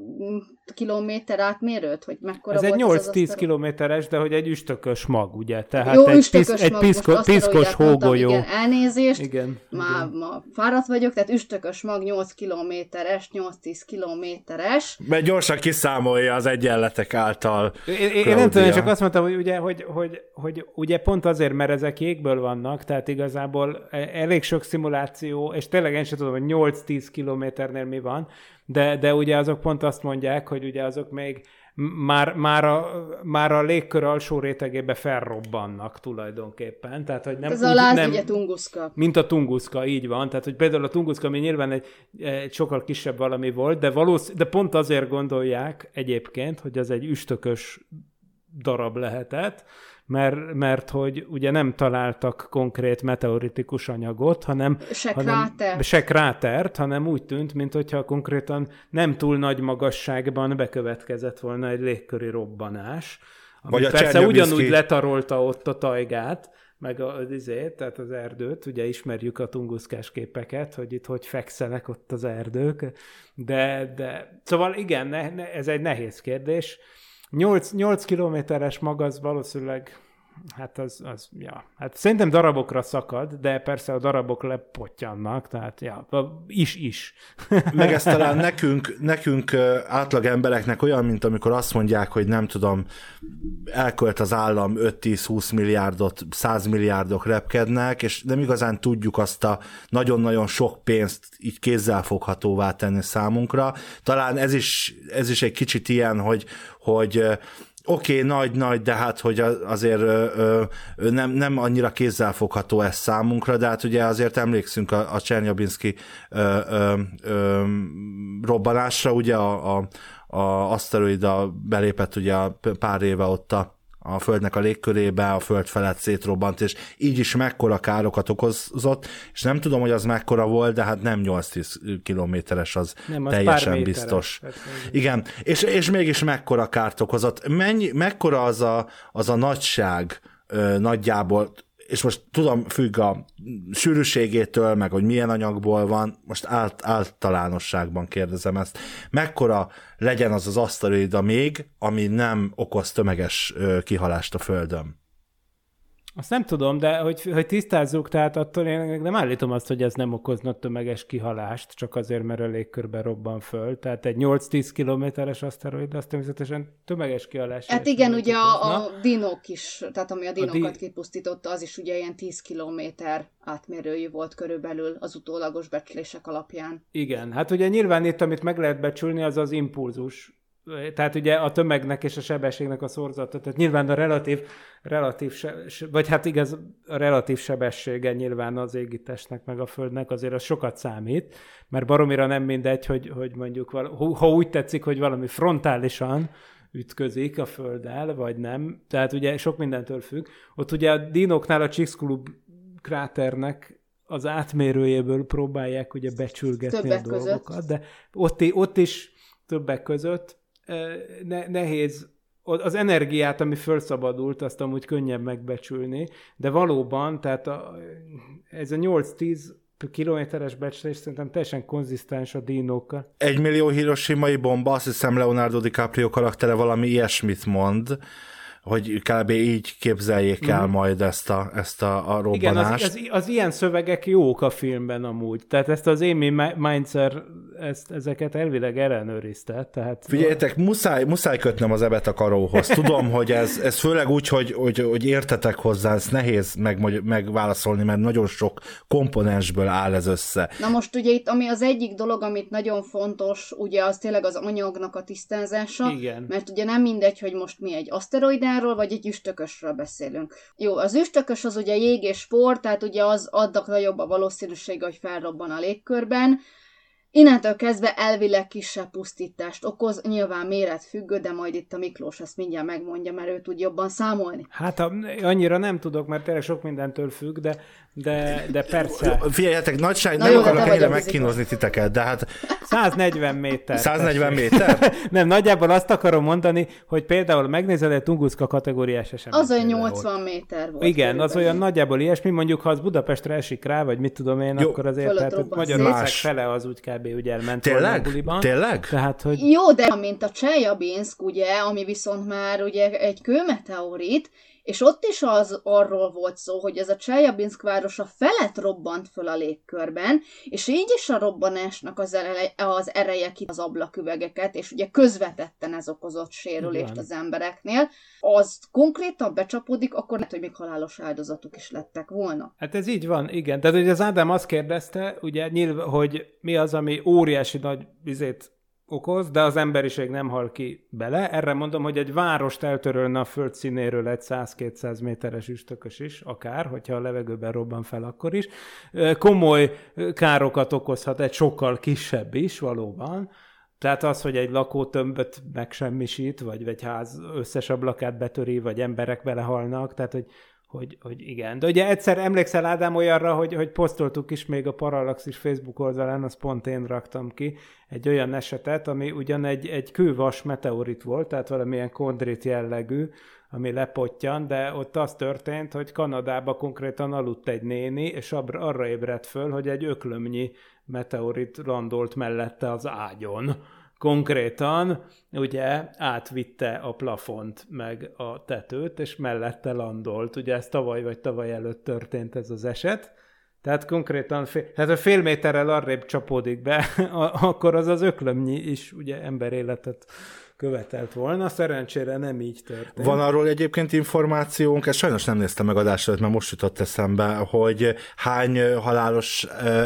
kilométer átmérőt, hogy mekkora ez volt egy ez nyolc-tíz kilométeres, de hogy egy üstökös mag, ugye? Tehát jó, egy, üstökös pisz, egy mag, piszko, most piszkos hógolyó. Igen, elnézést, igen, már igen. ma fáradt vagyok, tehát üstökös mag nyolc kilométeres, nyolc-tíz kilométeres. Mert gyorsan kiszámolja az egyenletek által. Én, én nem tudom, én csak azt mondtam, hogy ugye, hogy, hogy, hogy ugye pont azért, mert ezek jégből vannak, tehát igazából elég sok szimuláció, és tényleg én sem tudom, hogy nyolc-tíz kilométernél mi van, de, de ugye azok pont azt mondják, hogy ugye azok még már, már, a, már a légkör alsó rétegébe felrobbannak tulajdonképpen. Tehát, hogy nem, ez a láz, nem, ugye Tunguszka. Mint a Tunguszka, így van. Tehát, hogy például a Tunguszka, ami nyilván egy, egy sokkal kisebb valami volt, de, valósz, de pont azért gondolják egyébként, hogy az egy üstökös darab lehetett, mert, mert hogy ugye nem találtak konkrét meteoritikus anyagot, hanem se, hanem, krátert. se krátert, hanem úgy tűnt, mintha konkrétan nem túl nagy magasságban bekövetkezett volna egy légköri robbanás. Ami Vagy persze ugyanúgy letarolta ott a tajgát, meg az izét, tehát az erdőt, ugye ismerjük a tunguszkás képeket, hogy itt hogy fekszenek ott az erdők, de, de szóval igen, ne, ne, ez egy nehéz kérdés. nyolc kilométeres mag az valószínűleg, hát az, az, ja, hát szerintem darabokra szakad, de persze a darabok lepottyannak, tehát ja, is-is. Meg ez talán nekünk, nekünk átlag embereknek olyan, mint amikor azt mondják, hogy nem tudom, elkölt az állam öt-tíz-húsz milliárdot, száz milliárdok repkednek, és nem igazán tudjuk azt a nagyon-nagyon sok pénzt így kézzelfoghatóvá tenni számunkra. Talán ez is, ez is egy kicsit ilyen, hogy, hogy oké, okay, nagy-nagy, de hát, hogy azért ö, ö, nem, nem annyira kézzelfogható ez számunkra, de hát ugye azért emlékszünk a, a Csernyabinszki ö, ö, ö, robbanásra, ugye a, a, a aszteroida belépett ugye pár éve ott a a Földnek a légkörébe, a Föld felett szétrobbant, és így is mekkora károkat okozott, és nem tudom, hogy az mekkora volt, de hát nem nyolc-tíz kilométeres, az, nem, az teljesen biztos. Igen, és, és mégis mekkora kárt okozott. Mennyi, mekkora az a, az a nagyság ö, nagyjából, és most tudom, függ a sűrűségétől, meg hogy milyen anyagból van, most ált, általánosságban kérdezem ezt, mekkora legyen az az aszteroida még, ami nem okoz tömeges kihalást a Földön? Azt nem tudom, de hogy, hogy tisztázzuk, tehát attól én nem állítom azt, hogy ez nem okozna tömeges kihalást, csak azért, mert a légkörben robban föl. Tehát egy nyolc-tíz kilométeres aszteroid, az természetesen tömeges kihalás. Hát igen, ugye a, a dinók is, tehát ami a dinókat di... kipusztította, az is ugye ilyen tíz kilométer átmérőjű volt körülbelül az utólagos becslések alapján. Igen, hát ugye nyilván itt, amit meg lehet becsülni, az az impulzus. Tehát ugye a tömegnek és a sebességnek a szorzata. Tehát nyilván a relatív, relatív se, vagy hát igaz, a relatív sebessége nyilván az égitestnek meg a Földnek azért az sokat számít, mert baromira nem mindegy, hogy, hogy mondjuk, vala, ha úgy tetszik, hogy valami frontálisan ütközik a Földdel, vagy nem. Tehát ugye sok mindentől függ. Ott ugye a dinóknál a Chicxulub kráternek az átmérőjéből próbálják ugye becsülgetni többek a dolgokat, között. De ott, ott is többek között Ne, nehéz, az energiát, ami felszabadult, azt amúgy könnyebb megbecsülni, de valóban, tehát a, ez a nyolc-tíz kilométeres becslés szerintem teljesen konzisztens a dinókkal. Egy millió hiroshimai bomba, azt hiszem Leonardo DiCaprio karaktere valami ilyesmit mond, hogy kb. Így képzeljék el mm. majd ezt a, ezt a, a robbanást. Igen, az, az, az ilyen szövegek jók a filmben amúgy. Tehát ezt az Amy Mainzer ezt, ezeket elvileg ellenőrizte. Tehát... Figyeljetek, muszáj, muszáj kötnem az ebet a karóhoz. Tudom, hogy ez, ez főleg úgy, hogy, hogy, hogy értetek hozzá, ez nehéz meg, megválaszolni, mert nagyon sok komponensből áll ez össze. Na most ugye itt, ami az egyik dolog, amit nagyon fontos, ugye az tényleg az anyagnak a tisztázása. Igen. Mert ugye nem mindegy, hogy most mi egy aszteroidáról, vagy egy üstökösről beszélünk. Jó, az üstökös az ugye jég és por, tehát ugye az adnak nagyobb a valószínűsége, hogy felrobban a légkörben, Innentől kezdve elvileg kisebb pusztítást okoz, nyilván méretfüggő, de majd itt a Miklós ezt mindjárt megmondja, mert ő tud jobban számolni. Hát a, annyira nem tudok, mert tényleg sok mindentől függ, de, de, de persze. Figyeljetek, nagyság, Na nem jó, akarok ennyire megkínozni titeket, de hát... száznegyven méter. száznegyven méter? Nem, nagyjából azt akarom mondani, hogy például megnézed egy Tunguszka kategóriás eseményt. Az olyan nyolcvan méter volt. Igen, körülbelül. Az olyan nagyjából ilyesmi, mondjuk ha az Budapestre esik rá, vagy mit tudom én, jó, akkor azért tehát, hogy Magyarország fele az úgy kb. Úgy elment volna a buliban. Tényleg? Tehát, hogy... Jó, de mint a Cseljabinszk, ugye, ami viszont már ugye egy kőmeteorit, és ott is az arról volt szó, hogy ez a Cseljabinszk városa felett robbant föl a légkörben, és így is a robbanásnak az ereje, az ereje ki az ablaküvegeket, és ugye közvetetten ez okozott sérülést igen. az embereknél. Az konkrétan becsapódik, akkor lehet, hogy még halálos áldozatok is lettek volna. Hát ez így van, igen. Tehát ugye az Ádám azt kérdezte, ugye nyilván, hogy mi az, ami óriási nagy vizét okoz, de az emberiség nem hal ki bele. Erre mondom, hogy egy várost eltörölne a föld színéről egy száz-kétszáz méteres üstökös is, akár, hogyha a levegőben robban fel, akkor is. Komoly károkat okozhat egy sokkal kisebb is, valóban. Tehát az, hogy egy lakótömböt megsemmisít, vagy egy ház összes ablakát betöri, vagy emberek belehalnak, tehát, hogy Hogy, hogy igen. De ugye egyszer emlékszel, Ádám, olyanra, hogy, hogy posztoltuk is még a Parallaxis Facebook oldalán, azt pont én raktam ki, egy olyan esetet, ami ugyan egy, egy kővas meteorit volt, tehát valamilyen kondrét jellegű, ami lepottyan, de ott az történt, hogy Kanadában konkrétan aludt egy néni, és arra ébredt föl, hogy egy öklömnyi meteorit landolt mellette az ágyon. Konkrétan ugye átvitte a plafont meg a tetőt, és mellette landolt. Ugye ez tavaly vagy tavaly előtt történt ez az eset. Tehát konkrétan fél, hát a fél méterrel arrébb csapódik be, akkor az az öklömnyi is ugye emberéletet követelt volna. Szerencsére nem így történt. Van arról egyébként információnk, ezt sajnos nem néztem meg adásra, mert most jutott eszembe, hogy hány halálos,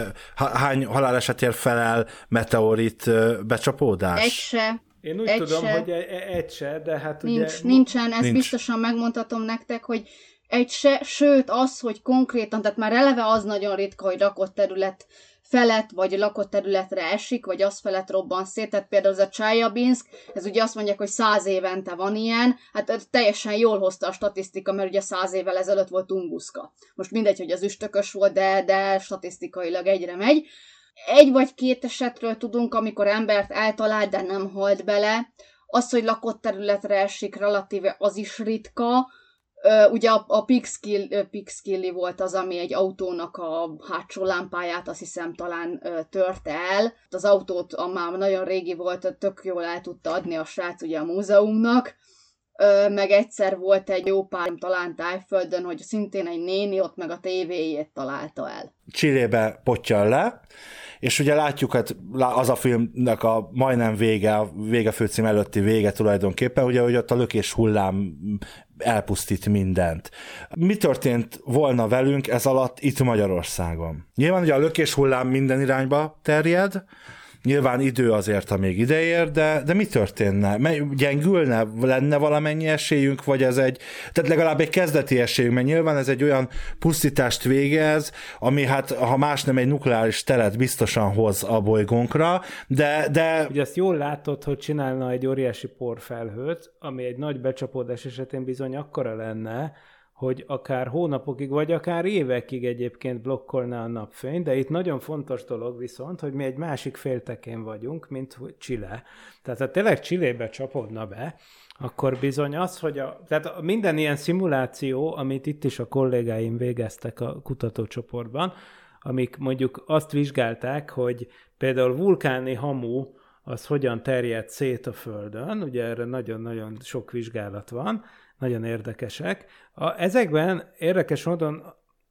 hány haláleset ér felel meteorit becsapódás? Egy se. Én úgy egy tudom, se. hogy egy se, de hát Nincs, ugye... Nincsen, ezt nincs. Biztosan megmondhatom nektek, hogy egy se, sőt az, hogy konkrétan, tehát már eleve az nagyon ritka, hogy lakott terület felett, vagy lakott területre esik, vagy az felett robban szét, tehát például ez a Cseljabinszk, ez ugye azt mondják, hogy száz évente van ilyen, hát teljesen jól hozta a statisztika, mert ugye száz évvel ezelőtt volt Tunguszka. Most mindegy, hogy az üstökös volt, de, de statisztikailag egyre megy. Egy vagy két esetről tudunk, amikor embert eltalált, de nem halt bele. Az, hogy lakott területre esik relatíve, az is ritka. Uh, ugye a, a Peekskilly volt az, ami egy autónak a hátsó lámpáját azt hiszem talán uh, törte el. Az autót, a már nagyon régi volt, tök jól el tudta adni a srác ugye a múzeumnak. Uh, meg egyszer volt egy jó pár, talán Tájföldön, hogy szintén egy néni ott meg a tévéjét találta el. Chilébe pottyan le, és ugye látjuk, hát az a filmnek a majdnem vége, a vége főcím előtti vége tulajdonképpen, ugye, hogy ott a lökés hullám elpusztít mindent. Mi történt volna velünk ez alatt itt Magyarországon? Nyilván ugye a lökés hullám minden irányba terjed, nyilván idő azért, amíg ideér, de, de mi történne? Gyengülne? Lenne valamennyi esélyünk, vagy ez egy, tehát legalább egy kezdeti esélyünk, mert nyilván ez egy olyan pusztítást végez, ami hát, ha más nem, egy nukleáris telet biztosan hoz a bolygónkra, de... de... Ugye azt jól látod, hogy csinálna egy óriási porfelhőt, ami egy nagy becsapódás esetén bizony akkora lenne, hogy akár hónapokig, vagy akár évekig egyébként blokkolná a napfény, de itt nagyon fontos dolog viszont, hogy mi egy másik féltekén vagyunk, mint Chile. Tehát ha tényleg Chilébe csapódna be, akkor bizony az, hogy a, tehát minden ilyen szimuláció, amit itt is a kollégáim végeztek a kutatócsoportban, amik mondjuk azt vizsgálták, hogy például vulkáni hamu az hogyan terjed szét a Földön, ugye erre nagyon-nagyon sok vizsgálat van, nagyon érdekesek. A, ezekben érdekes módon,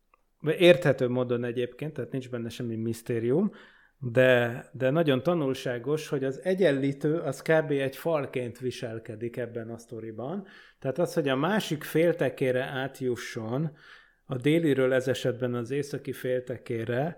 érthető módon egyébként, tehát nincs benne semmi misztérium, de, de nagyon tanulságos, hogy az egyenlítő az kb. Egy falként viselkedik ebben a sztoriban. Tehát az, hogy a másik féltekére átjusson, a déliről ez esetben az északi féltekére,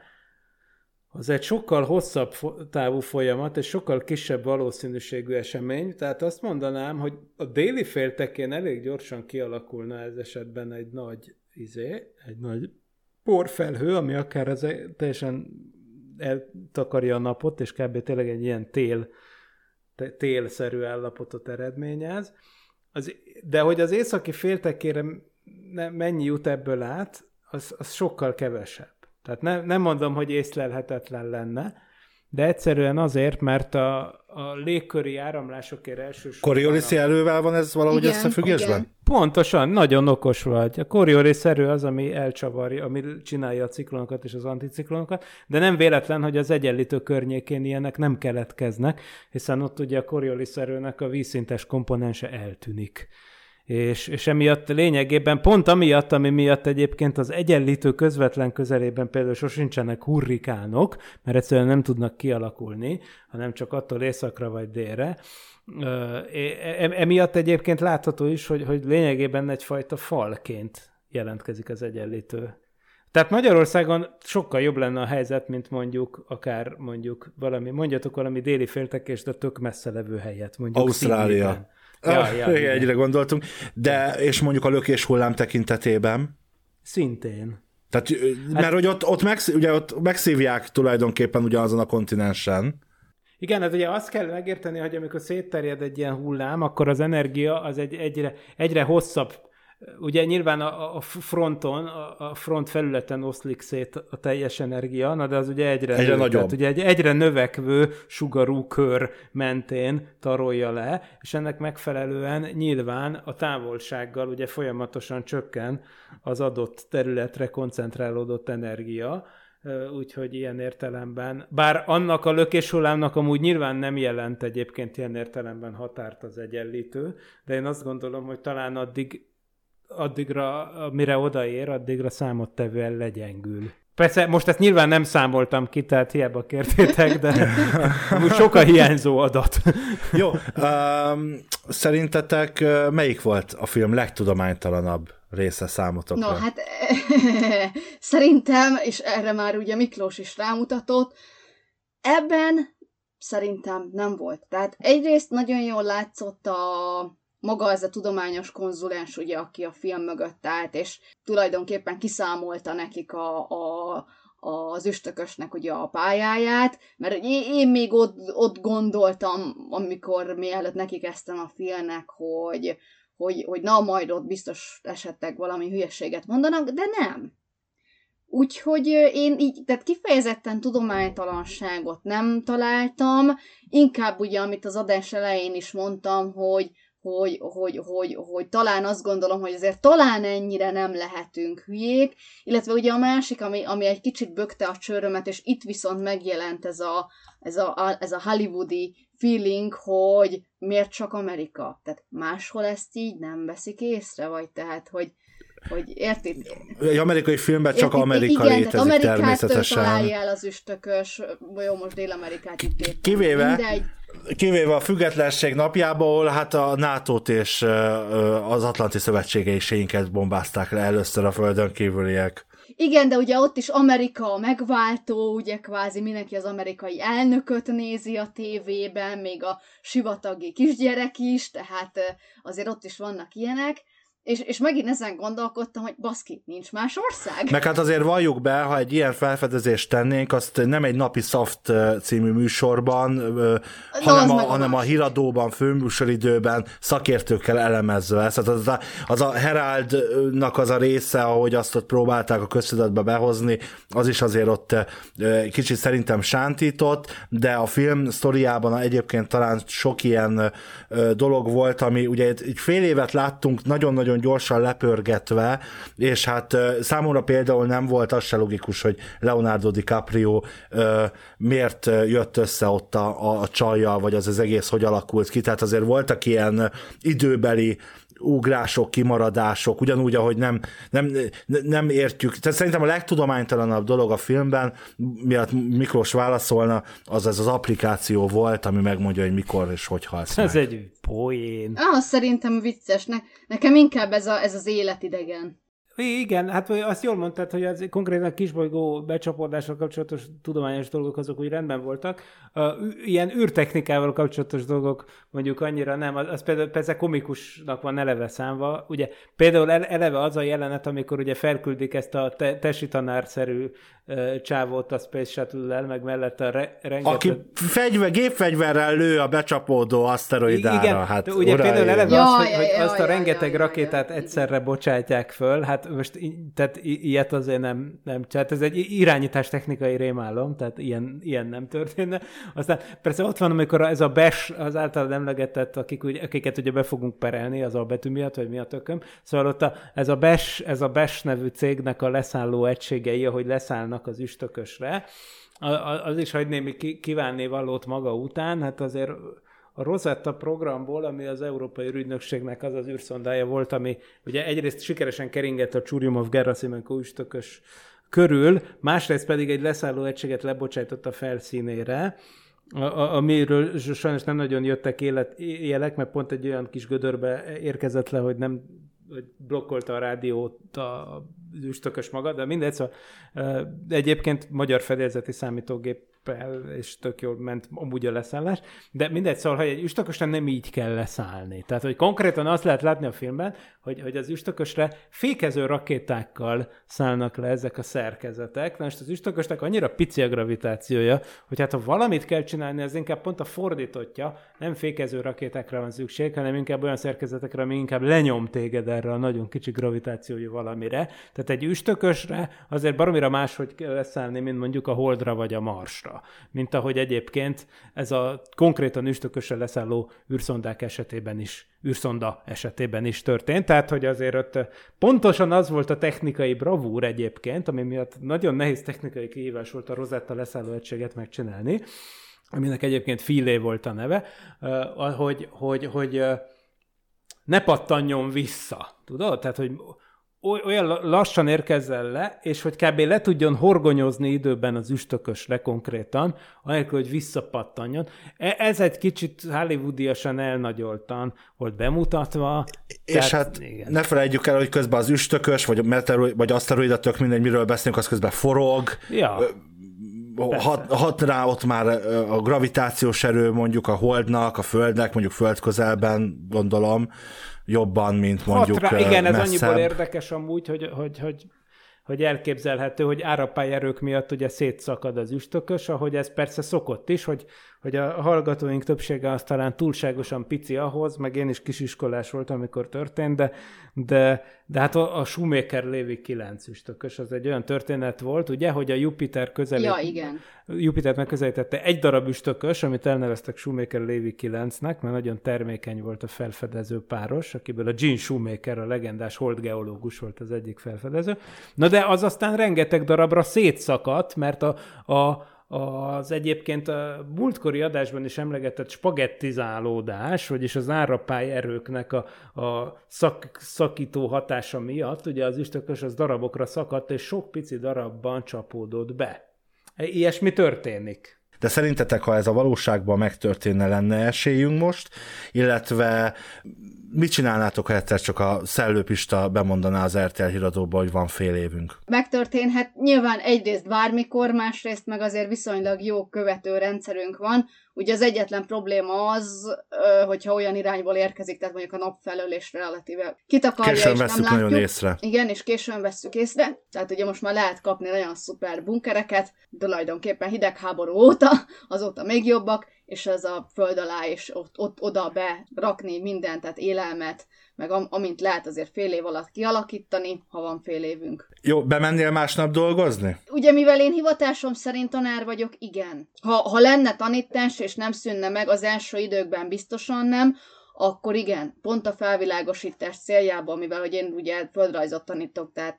az egy sokkal hosszabb távú folyamat, és sokkal kisebb valószínűségű esemény, tehát azt mondanám, hogy a déli féltekén elég gyorsan kialakulna ez esetben egy nagy izé, egy nagy porfelhő, ami akár az teljesen eltakarja a napot, és kb. Tényleg egy ilyen tél, télszerű állapotot eredményez. Az, de hogy az északi féltekére mennyi jut ebből át, az, az sokkal kevesebb. Tehát ne, nem mondom, hogy észlelhetetlen lenne, de egyszerűen azért, mert a, a légköri áramlásokért elsősorban... Coriolis erővel van ez valahogy igen, összefüggésben? Igen. Pontosan, nagyon okos vagy. A Coriolis erő az, ami elcsavarja, ami csinálja a ciklonokat és az anticiklonokat, de nem véletlen, hogy az egyenlítő környékén ilyenek nem keletkeznek, hiszen ott ugye a Coriolis erőnek a vízszintes komponense eltűnik. És, és emiatt lényegében pont amiatt, ami miatt egyébként az egyenlítő közvetlen közelében például sosincsenek hurrikánok, mert egyszerűen nem tudnak kialakulni, hanem csak attól északra vagy délre. Emiatt egyébként látható is, hogy, hogy lényegében egyfajta falként jelentkezik az egyenlítő. Tehát Magyarországon sokkal jobb lenne a helyzet, mint mondjuk akár mondjuk valami, mondjatok valami déli féltekés, de tök messze levő helyet. Mondjuk Ausztrália. Sydneyben. Ja, ja, ja, egyre gondoltunk. De, és mondjuk a lökés hullám tekintetében? Szintén. Tehát, mert hát, hogy ott, ott, megsz, ugye, ott megszívják tulajdonképpen ugyanazon a kontinensen. Igen, hát ugye azt kell megérteni, hogy amikor szétterjed egy ilyen hullám, akkor az energia az egy, egyre, egyre hosszabb. Ugye nyilván a, a fronton, a front felületen oszlik szét a teljes energia, na de az ugye egyre, egyre nő, nagyobb. Tehát ugye egy egyre növekvő sugarú kör mentén tarolja le, és ennek megfelelően nyilván a távolsággal ugye folyamatosan csökken az adott területre koncentrálódott energia, úgyhogy ilyen értelemben, bár annak a lökéshullámnak amúgy nyilván nem jelent egyébként ilyen értelemben határt az egyenlítő, de én azt gondolom, hogy talán addig addigra, mire odaér, addigra számottevően legyengül. Persze, most ezt nyilván nem számoltam ki, tehát hiába kértétek, de most sok a hiányzó adat. Jó, um, szerintetek melyik volt a film legtudománytalanabb része számotokra? No, hát szerintem, és erre már ugye Miklós is rámutatott, ebben szerintem nem volt. Tehát egyrészt nagyon jól látszott a maga ez a tudományos konzulens, ugye, aki a film mögött állt, és tulajdonképpen kiszámolta nekik a, a, az üstökösnek ugye a pályáját, mert én még ott, ott gondoltam, amikor mielőtt nekikezdtem a filmnek, hogy, hogy, hogy na, majd ott biztos esetleg valami hülyeséget mondanak, de nem. Úgyhogy én így, tehát kifejezetten tudománytalanságot nem találtam, inkább ugye, amit az adás elején is mondtam, hogy Hogy, hogy, hogy, hogy talán azt gondolom, hogy azért talán ennyire nem lehetünk hülyék, illetve ugye a másik, ami, ami egy kicsit bökte a csőrömet, és itt viszont megjelent ez a, ez a, ez a hollywoodi feeling, hogy miért csak Amerika? Tehát máshol ezt így nem veszik észre, vagy tehát, hogy hogy érted? Egy amerikai filmben csak Amerika igen, létezik Amerikát természetesen. találja el az üstökös, jó, most Dél-Amerikát itt éppen. Kivéve, Mindegy. kivéve a függetlenség napjából, ahol hát a nátót és az Atlanti szövetségeiseinket bombázták le először a földön kívüliek. Igen, de ugye ott is Amerika megváltó, ugye kvázi mindenki az amerikai elnököt nézi a tévében, még a sivatagi kisgyerek is, tehát azért ott is vannak ilyenek. És, és megint ezen gondolkodtam, hogy baszki, nincs más ország. Meg hát azért valljuk be, ha egy ilyen felfedezést tennénk, azt nem egy napi Szaft című műsorban, no, hanem, a, hanem a híradóban, főműsoridőben szakértőkkel elemezve. Ez, az, a, az a Heraldnak az a része, ahogy azt ott próbálták a köztudatba behozni, az is azért ott kicsit szerintem sántított, de a film sztoriában egyébként talán sok ilyen dolog volt, ami ugye egy fél évet láttunk nagyon-nagyon gyorsan lepörgetve, és hát számomra például nem volt az se logikus, hogy Leonardo DiCaprio miért jött össze ott a, a csajjal, vagy az az egész hogy alakult ki, tehát azért voltak ilyen időbeli ugrások, kimaradások, ugyanúgy, ahogy nem, nem, nem értjük. Tehát szerintem a legtudománytalanabb dolog a filmben, miatt Miklós válaszolna, az ez az applikáció volt, ami megmondja, hogy mikor és hogy halsz meg. Ez egy poén. Ah, szerintem vicces. Ne, nekem inkább ez, a, ez az életidegen. Igen, hát azt jól mondtad, hogy az konkrétan a kisbolygó becsapódással kapcsolatos tudományos dolgok azok úgy rendben voltak. Ilyen űrtechnikával kapcsolatos dolgok mondjuk annyira nem, az például persze komikusnak van eleve számva. Ugye például eleve az a jelenet, amikor ugye felküldik ezt a te- tesi tanárszerű csávót a Space Shuttle-lel, meg mellette a re- rengeteg... Aki fegyver, gépfegyverrel lő a becsapódó aszteroidára. Igen, hát ugye például eleve ja, az, hogy, ja, hogy ja, azt a ja, rengeteg ja, ja, rakétát ja, egyszerre bocsátják föl, hát most tehát ilyet azért nem, nem tehát ez egy irányítás technikai rémálom, tehát ilyen, ilyen nem történne. Aztán persze ott van, amikor ez a Bash, az általad emlegetett, akik, akiket ugye be fogunk perelni az albetű miatt, vagy mi a tököm. Szóval ott a, ez a Bash, ez a Bash nevű cégnek a leszálló egységei, ahogy leszállnak az üstökösre, az is hagy némi kívánni valót maga után, hát azért a Rosetta programból, ami az Európai Ürügynökségnek az az űrszondája volt, ami ugye egyrészt sikeresen keringett a Churyumov of Gerasimenko üstökös körül, másrészt pedig egy leszálló egységet lebocsájtott a felszínére, amiről sajnos nem nagyon jöttek élet, jelek, mert pont egy olyan kis gödörbe érkezett le, hogy nem hogy blokkolta a rádiót az üstökös maga, de mindegy, szóval egyébként magyar fedélzeti számítógéppel, és tök jól ment amúgy a leszállás, de mindegy, szóval, hogy egy üstökösre nem így kell leszállni. Tehát, hogy konkrétan azt lehet látni a filmben, hogy, hogy az üstökösre fékező rakétákkal szállnak le ezek a szerkezetek. Na most az üstökösnek annyira pici a gravitációja, hogy hát ha valamit kell csinálni, az inkább pont a fordítottja, nem fékező rakétákra van szükség, hanem inkább olyan szerkezetekre, ami inkább lenyom téged erre a nagyon kicsi gravitációjú valamire. Tehát egy üstökösre azért baromira máshogy kell leszállni, mint mondjuk a Holdra vagy a Marsra. Mint ahogy egyébként ez a konkrétan üstökösre leszálló űrszondák esetében is, űrszonda esetében is történt. Tehát, hogy azért ott pontosan az volt a technikai bravúr egyébként, ami miatt nagyon nehéz technikai kihívás volt a Rosetta leszálló egységet megcsinálni, aminek egyébként Philae volt a neve, hogy, hogy, hogy ne pattanjon vissza, tudod? Tehát, hogy olyan lassan érkezzen le, és hogy kb. Le tudjon horgonyozni időben az üstökösre konkrétan, anélkül, hogy visszapattanjon. Ez egy kicsit hollywoodiasan elnagyoltan volt bemutatva. És tehát, hát igen. Ne felejtjük el, hogy közben az üstökös, vagy, meteoroid, vagy aszteroida, tök mindegy, miről beszélünk, az közben forog. Ja. Hat, hat rá ott már a gravitációs erő mondjuk a Holdnak, a Földnek, mondjuk földközelben gondolom, jobban, mint mondjuk rá, igen, ez messzebb. Annyiból érdekes amúgy, hogy, hogy, hogy, hogy elképzelhető, hogy árapályerők miatt ugye szétszakad az üstökös, ahogy ez persze szokott is, hogy, hogy a hallgatóink többsége az talán túlságosan pici ahhoz, meg én is kisiskolás voltam, amikor történt, de, de, de hát a, a Shoemaker-Levy kilenc üstökös, az egy olyan történet volt, ugye, hogy a Jupiter közelít... Ja, igen. Jupitert megközelítette egy darab üstökös, amit elneveztek Shoemaker-Levy kilencnek, mert nagyon termékeny volt a felfedező páros, akiből a Gene Shoemaker, a legendás holdgeológus volt az egyik felfedező. Na de az aztán rengeteg darabra szétszakadt, mert a, a az egyébként a múltkori adásban is emlegetett spagettizálódás, vagyis az árapály erőknek a, a szak, szakító hatása miatt, ugye az üstökös az darabokra szakadt, és sok pici darabban csapódott be. Ilyesmi történik. De szerintetek, ha ez a valóságban megtörténne, lenne esélyünk most, illetve mit csinálnátok, ha egyszer csak a Szellőpista bemondaná az er té el híradóba, hogy van fél évünk? Megtörténhet nyilván egyrészt bármikor, másrészt meg azért viszonylag jó követő rendszerünk van. Ugye az egyetlen probléma az, hogyha olyan irányból érkezik, tehát mondjuk a nap felől és relatíve kitakarja, későn és vesszük nem látjuk. Nagyon észre. Igen, és későn vesszük észre. Tehát ugye most már lehet kapni nagyon szuper bunkereket, tulajdonképpen hidegháború óta, azóta még jobbak, és ez a föld alá is ott, ott oda berakni mindent, tehát élelmet, meg am, amint lehet azért fél év alatt kialakítani, ha van fél évünk. Jó, bemennél másnap dolgozni? Ugye, mivel én hivatásom szerint tanár vagyok, igen. Ha, ha lenne tanítás, és nem szűnne meg, az első időkben biztosan nem, akkor igen, pont a felvilágosítás céljában, mivel hogy én ugye földrajzot tanítok, tehát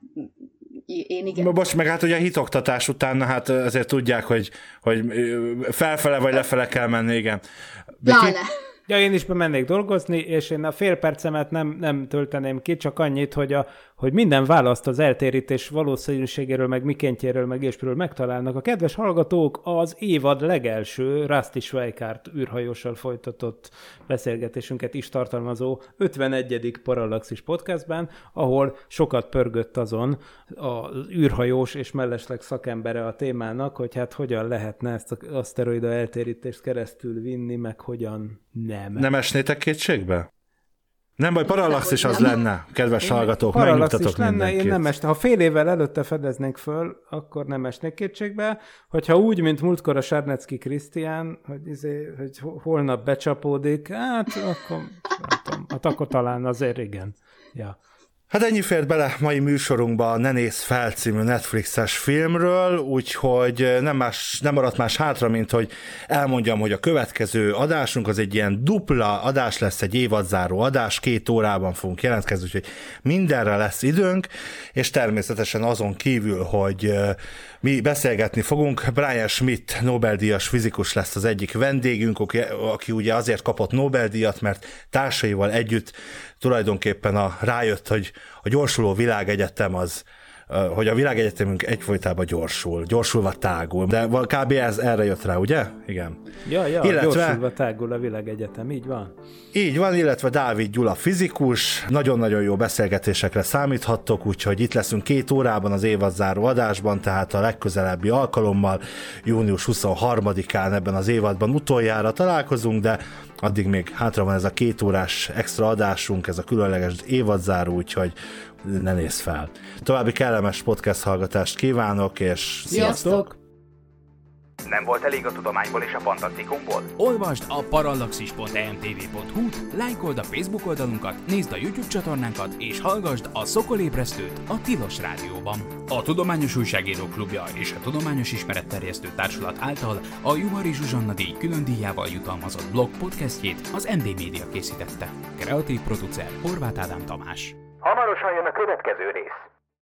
én igen. Most meg hát ugye a hitoktatás után, hát azért tudják, hogy, hogy felfele vagy lefele kell menni, igen. Pláne. Ja, én is bemennék dolgozni, és én a fél percemet nem, nem tölteném ki, csak annyit, hogy, a, hogy minden választ az eltérítés valószínűségéről, meg mikéntjéről, meg ilyesmiről megtalálnak. A kedves hallgatók az évad legelső Rusty Schweikart űrhajóssal folytatott beszélgetésünket is tartalmazó ötvenegyedik Parallaxis podcastben, ahol sokat pörgött azon az űrhajós és mellesleg szakembere a témának, hogy hát hogyan lehetne ezt az aszteroida eltérítést keresztül vinni, meg hogyan nem. Nem esnétek kétségbe? Nem baj, Parallaxis az lenne, kedves hallgatók, megnyugtatok mindenkit. Én nem este, ha fél évvel előtte fedeznénk föl, akkor nem esnék kétségbe. Hogyha úgy, mint múltkor a Sarnecki Krisztián, hogy, izé, hogy holnap becsapódik, hát akkor, nem tudom, hát akkor talán azért igen. Ja. Hát ennyi fért bele mai műsorunkba a Ne nézz fel című Netflixes filmről, úgyhogy nem, más, nem maradt más hátra, mint hogy elmondjam, hogy a következő adásunk az egy ilyen dupla adás lesz, egy évadzáró adás, két órában fogunk jelentkezni, úgyhogy mindenre lesz időnk, és természetesen azon kívül, hogy mi beszélgetni fogunk, Brian Schmidt Nobel-díjas fizikus lesz az egyik vendégünk, aki, aki ugye azért kapott Nobel-díjat, mert társaival együtt tulajdonképpen a, rájött, hogy a gyorsuló világegyetem az, hogy a világegyetemünk egyfolytában gyorsul, gyorsulva tágul, de kb. Ez erre jött rá, ugye? Igen. Ja, ja, illetve, gyorsulva tágul a világegyetem, így van. Így van, illetve Dávid Gyula fizikus, nagyon-nagyon jó beszélgetésekre számíthattok, úgyhogy itt leszünk két órában az évadzáró adásban, tehát a legközelebbi alkalommal, június huszonharmadikán ebben az évadban utoljára találkozunk, de addig még hátra van ez a két órás extra adásunk, ez a különleges évadzáró, úgyhogy ne nézz fel. További kellemes podcast hallgatást kívánok, és sziasztok! Nem volt elég a tudományból és a fantasztikumból? Olvasd a parallaxis pont e m t v pont h u-t, lájkold a Facebook oldalunkat, nézd a YouTube csatornánkat, és hallgasd a Szokolébresztőt a Tilos Rádióban. A Tudományos Újságírók Klubja és a Tudományos Ismeretterjesztő Társulat által a Juhari Zsuzsanna díj külön díjával jutalmazott blog podcastjét az em dé Média készítette. Kreatív producer Horváth Ádám Tamás. Hamarosan jön a következő rész.